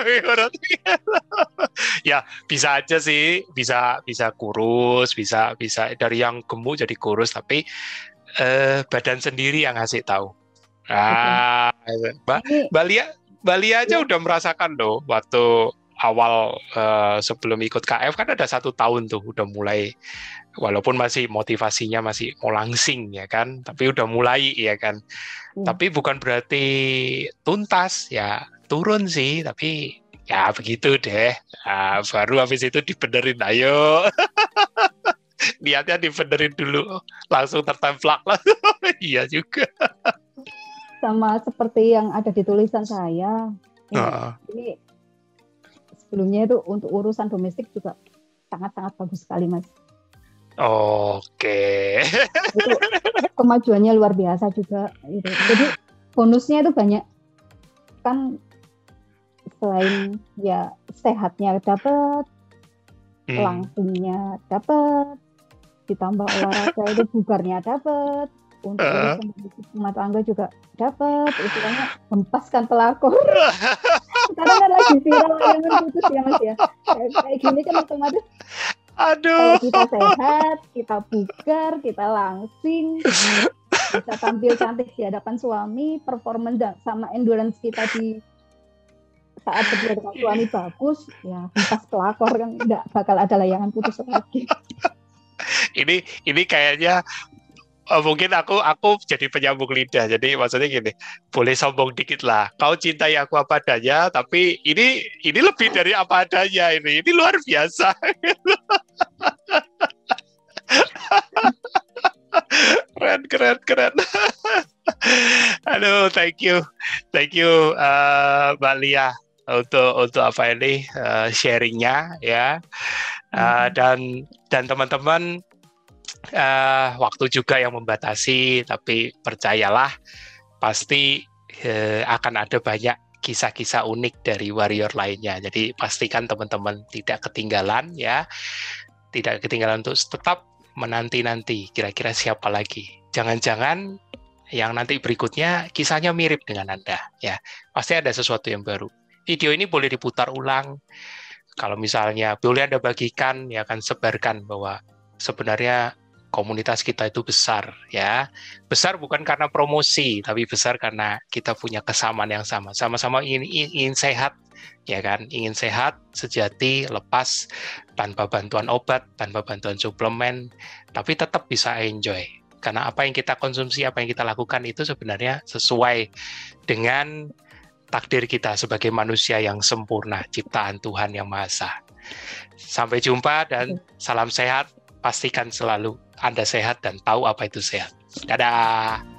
A: Ya, bisa aja sih, bisa bisa kurus, bisa bisa dari yang gemuk jadi kurus, tapi badan sendiri yang ngasih tahu.
B: Betul.
A: Mbak
B: Ini
A: Mbak Lia, Mbak Lia aja
B: ya,
A: udah merasakan loh waktu awal sebelum ikut KF kan ada 1 tahun tuh udah mulai, walaupun masih motivasinya masih mau langsing ya kan, tapi udah mulai ya kan.
B: ya.
A: Tapi bukan berarti tuntas ya, turun sih, tapi ya begitu deh. Baru habis itu dibenerin, ayo. Niatnya dibenerin dulu, langsung tertemplak lah. Iya juga.
B: Sama seperti yang ada di tulisan saya. Ini sebelumnya itu untuk urusan domestik juga sangat-sangat bagus sekali, Mas.
A: Oke.
B: Itu kemajuannya luar biasa juga. Gitu. Jadi bonusnya itu banyak. Kan selain ya sehatnya dapat, langsingnya dapat, ditambah olahraga itu bugarnya dapat, untuk urusan rumah tangga juga dapat, istilahnya hempaskan pelakor. Sekarang kan lagi viral layangan putus ya Mas ya. Kayak gini kan otomatis kalau kita sehat, kita bugar, kita langsing, bisa tampil cantik di hadapan suami, performance sama endurance kita di saat berdua dengan suami bagus, ya hempas pelakor kan nggak bakal ada layangan putus lagi.
A: Ini kayaknya mungkin aku jadi penyambung lidah. Jadi maksudnya gini, boleh sombong dikit lah. Kau cintai aku apa adanya, tapi ini lebih dari apa adanya ini. Ini luar biasa. Keren. Aduh, thank you, Mbak Lia untuk apa ini sharingnya ya. Dan teman-teman, waktu juga yang membatasi, tapi percayalah pasti akan ada banyak kisah-kisah unik dari warrior lainnya. Jadi pastikan teman-teman tidak ketinggalan ya, tidak ketinggalan untuk tetap menanti-nanti kira-kira siapa lagi. Jangan-jangan yang nanti berikutnya kisahnya mirip dengan Anda ya. Pasti ada sesuatu yang baru. Video ini boleh diputar ulang. Kalau misalnya boleh Anda bagikan, ya akan sebarkan bahwa sebenarnya komunitas kita itu besar ya. Besar bukan karena promosi, tapi besar karena kita punya kesamaan yang sama. Sama-sama ingin sehat, ya kan? Ingin sehat, sejati, lepas, tanpa bantuan obat, tanpa bantuan suplemen, tapi tetap bisa enjoy. Karena apa yang kita konsumsi, apa yang kita lakukan itu sebenarnya sesuai dengan takdir kita sebagai manusia yang sempurna, ciptaan Tuhan Yang Maha Esa. Sampai jumpa dan salam sehat. Pastikan selalu Anda sehat dan tahu apa itu sehat. Dadah.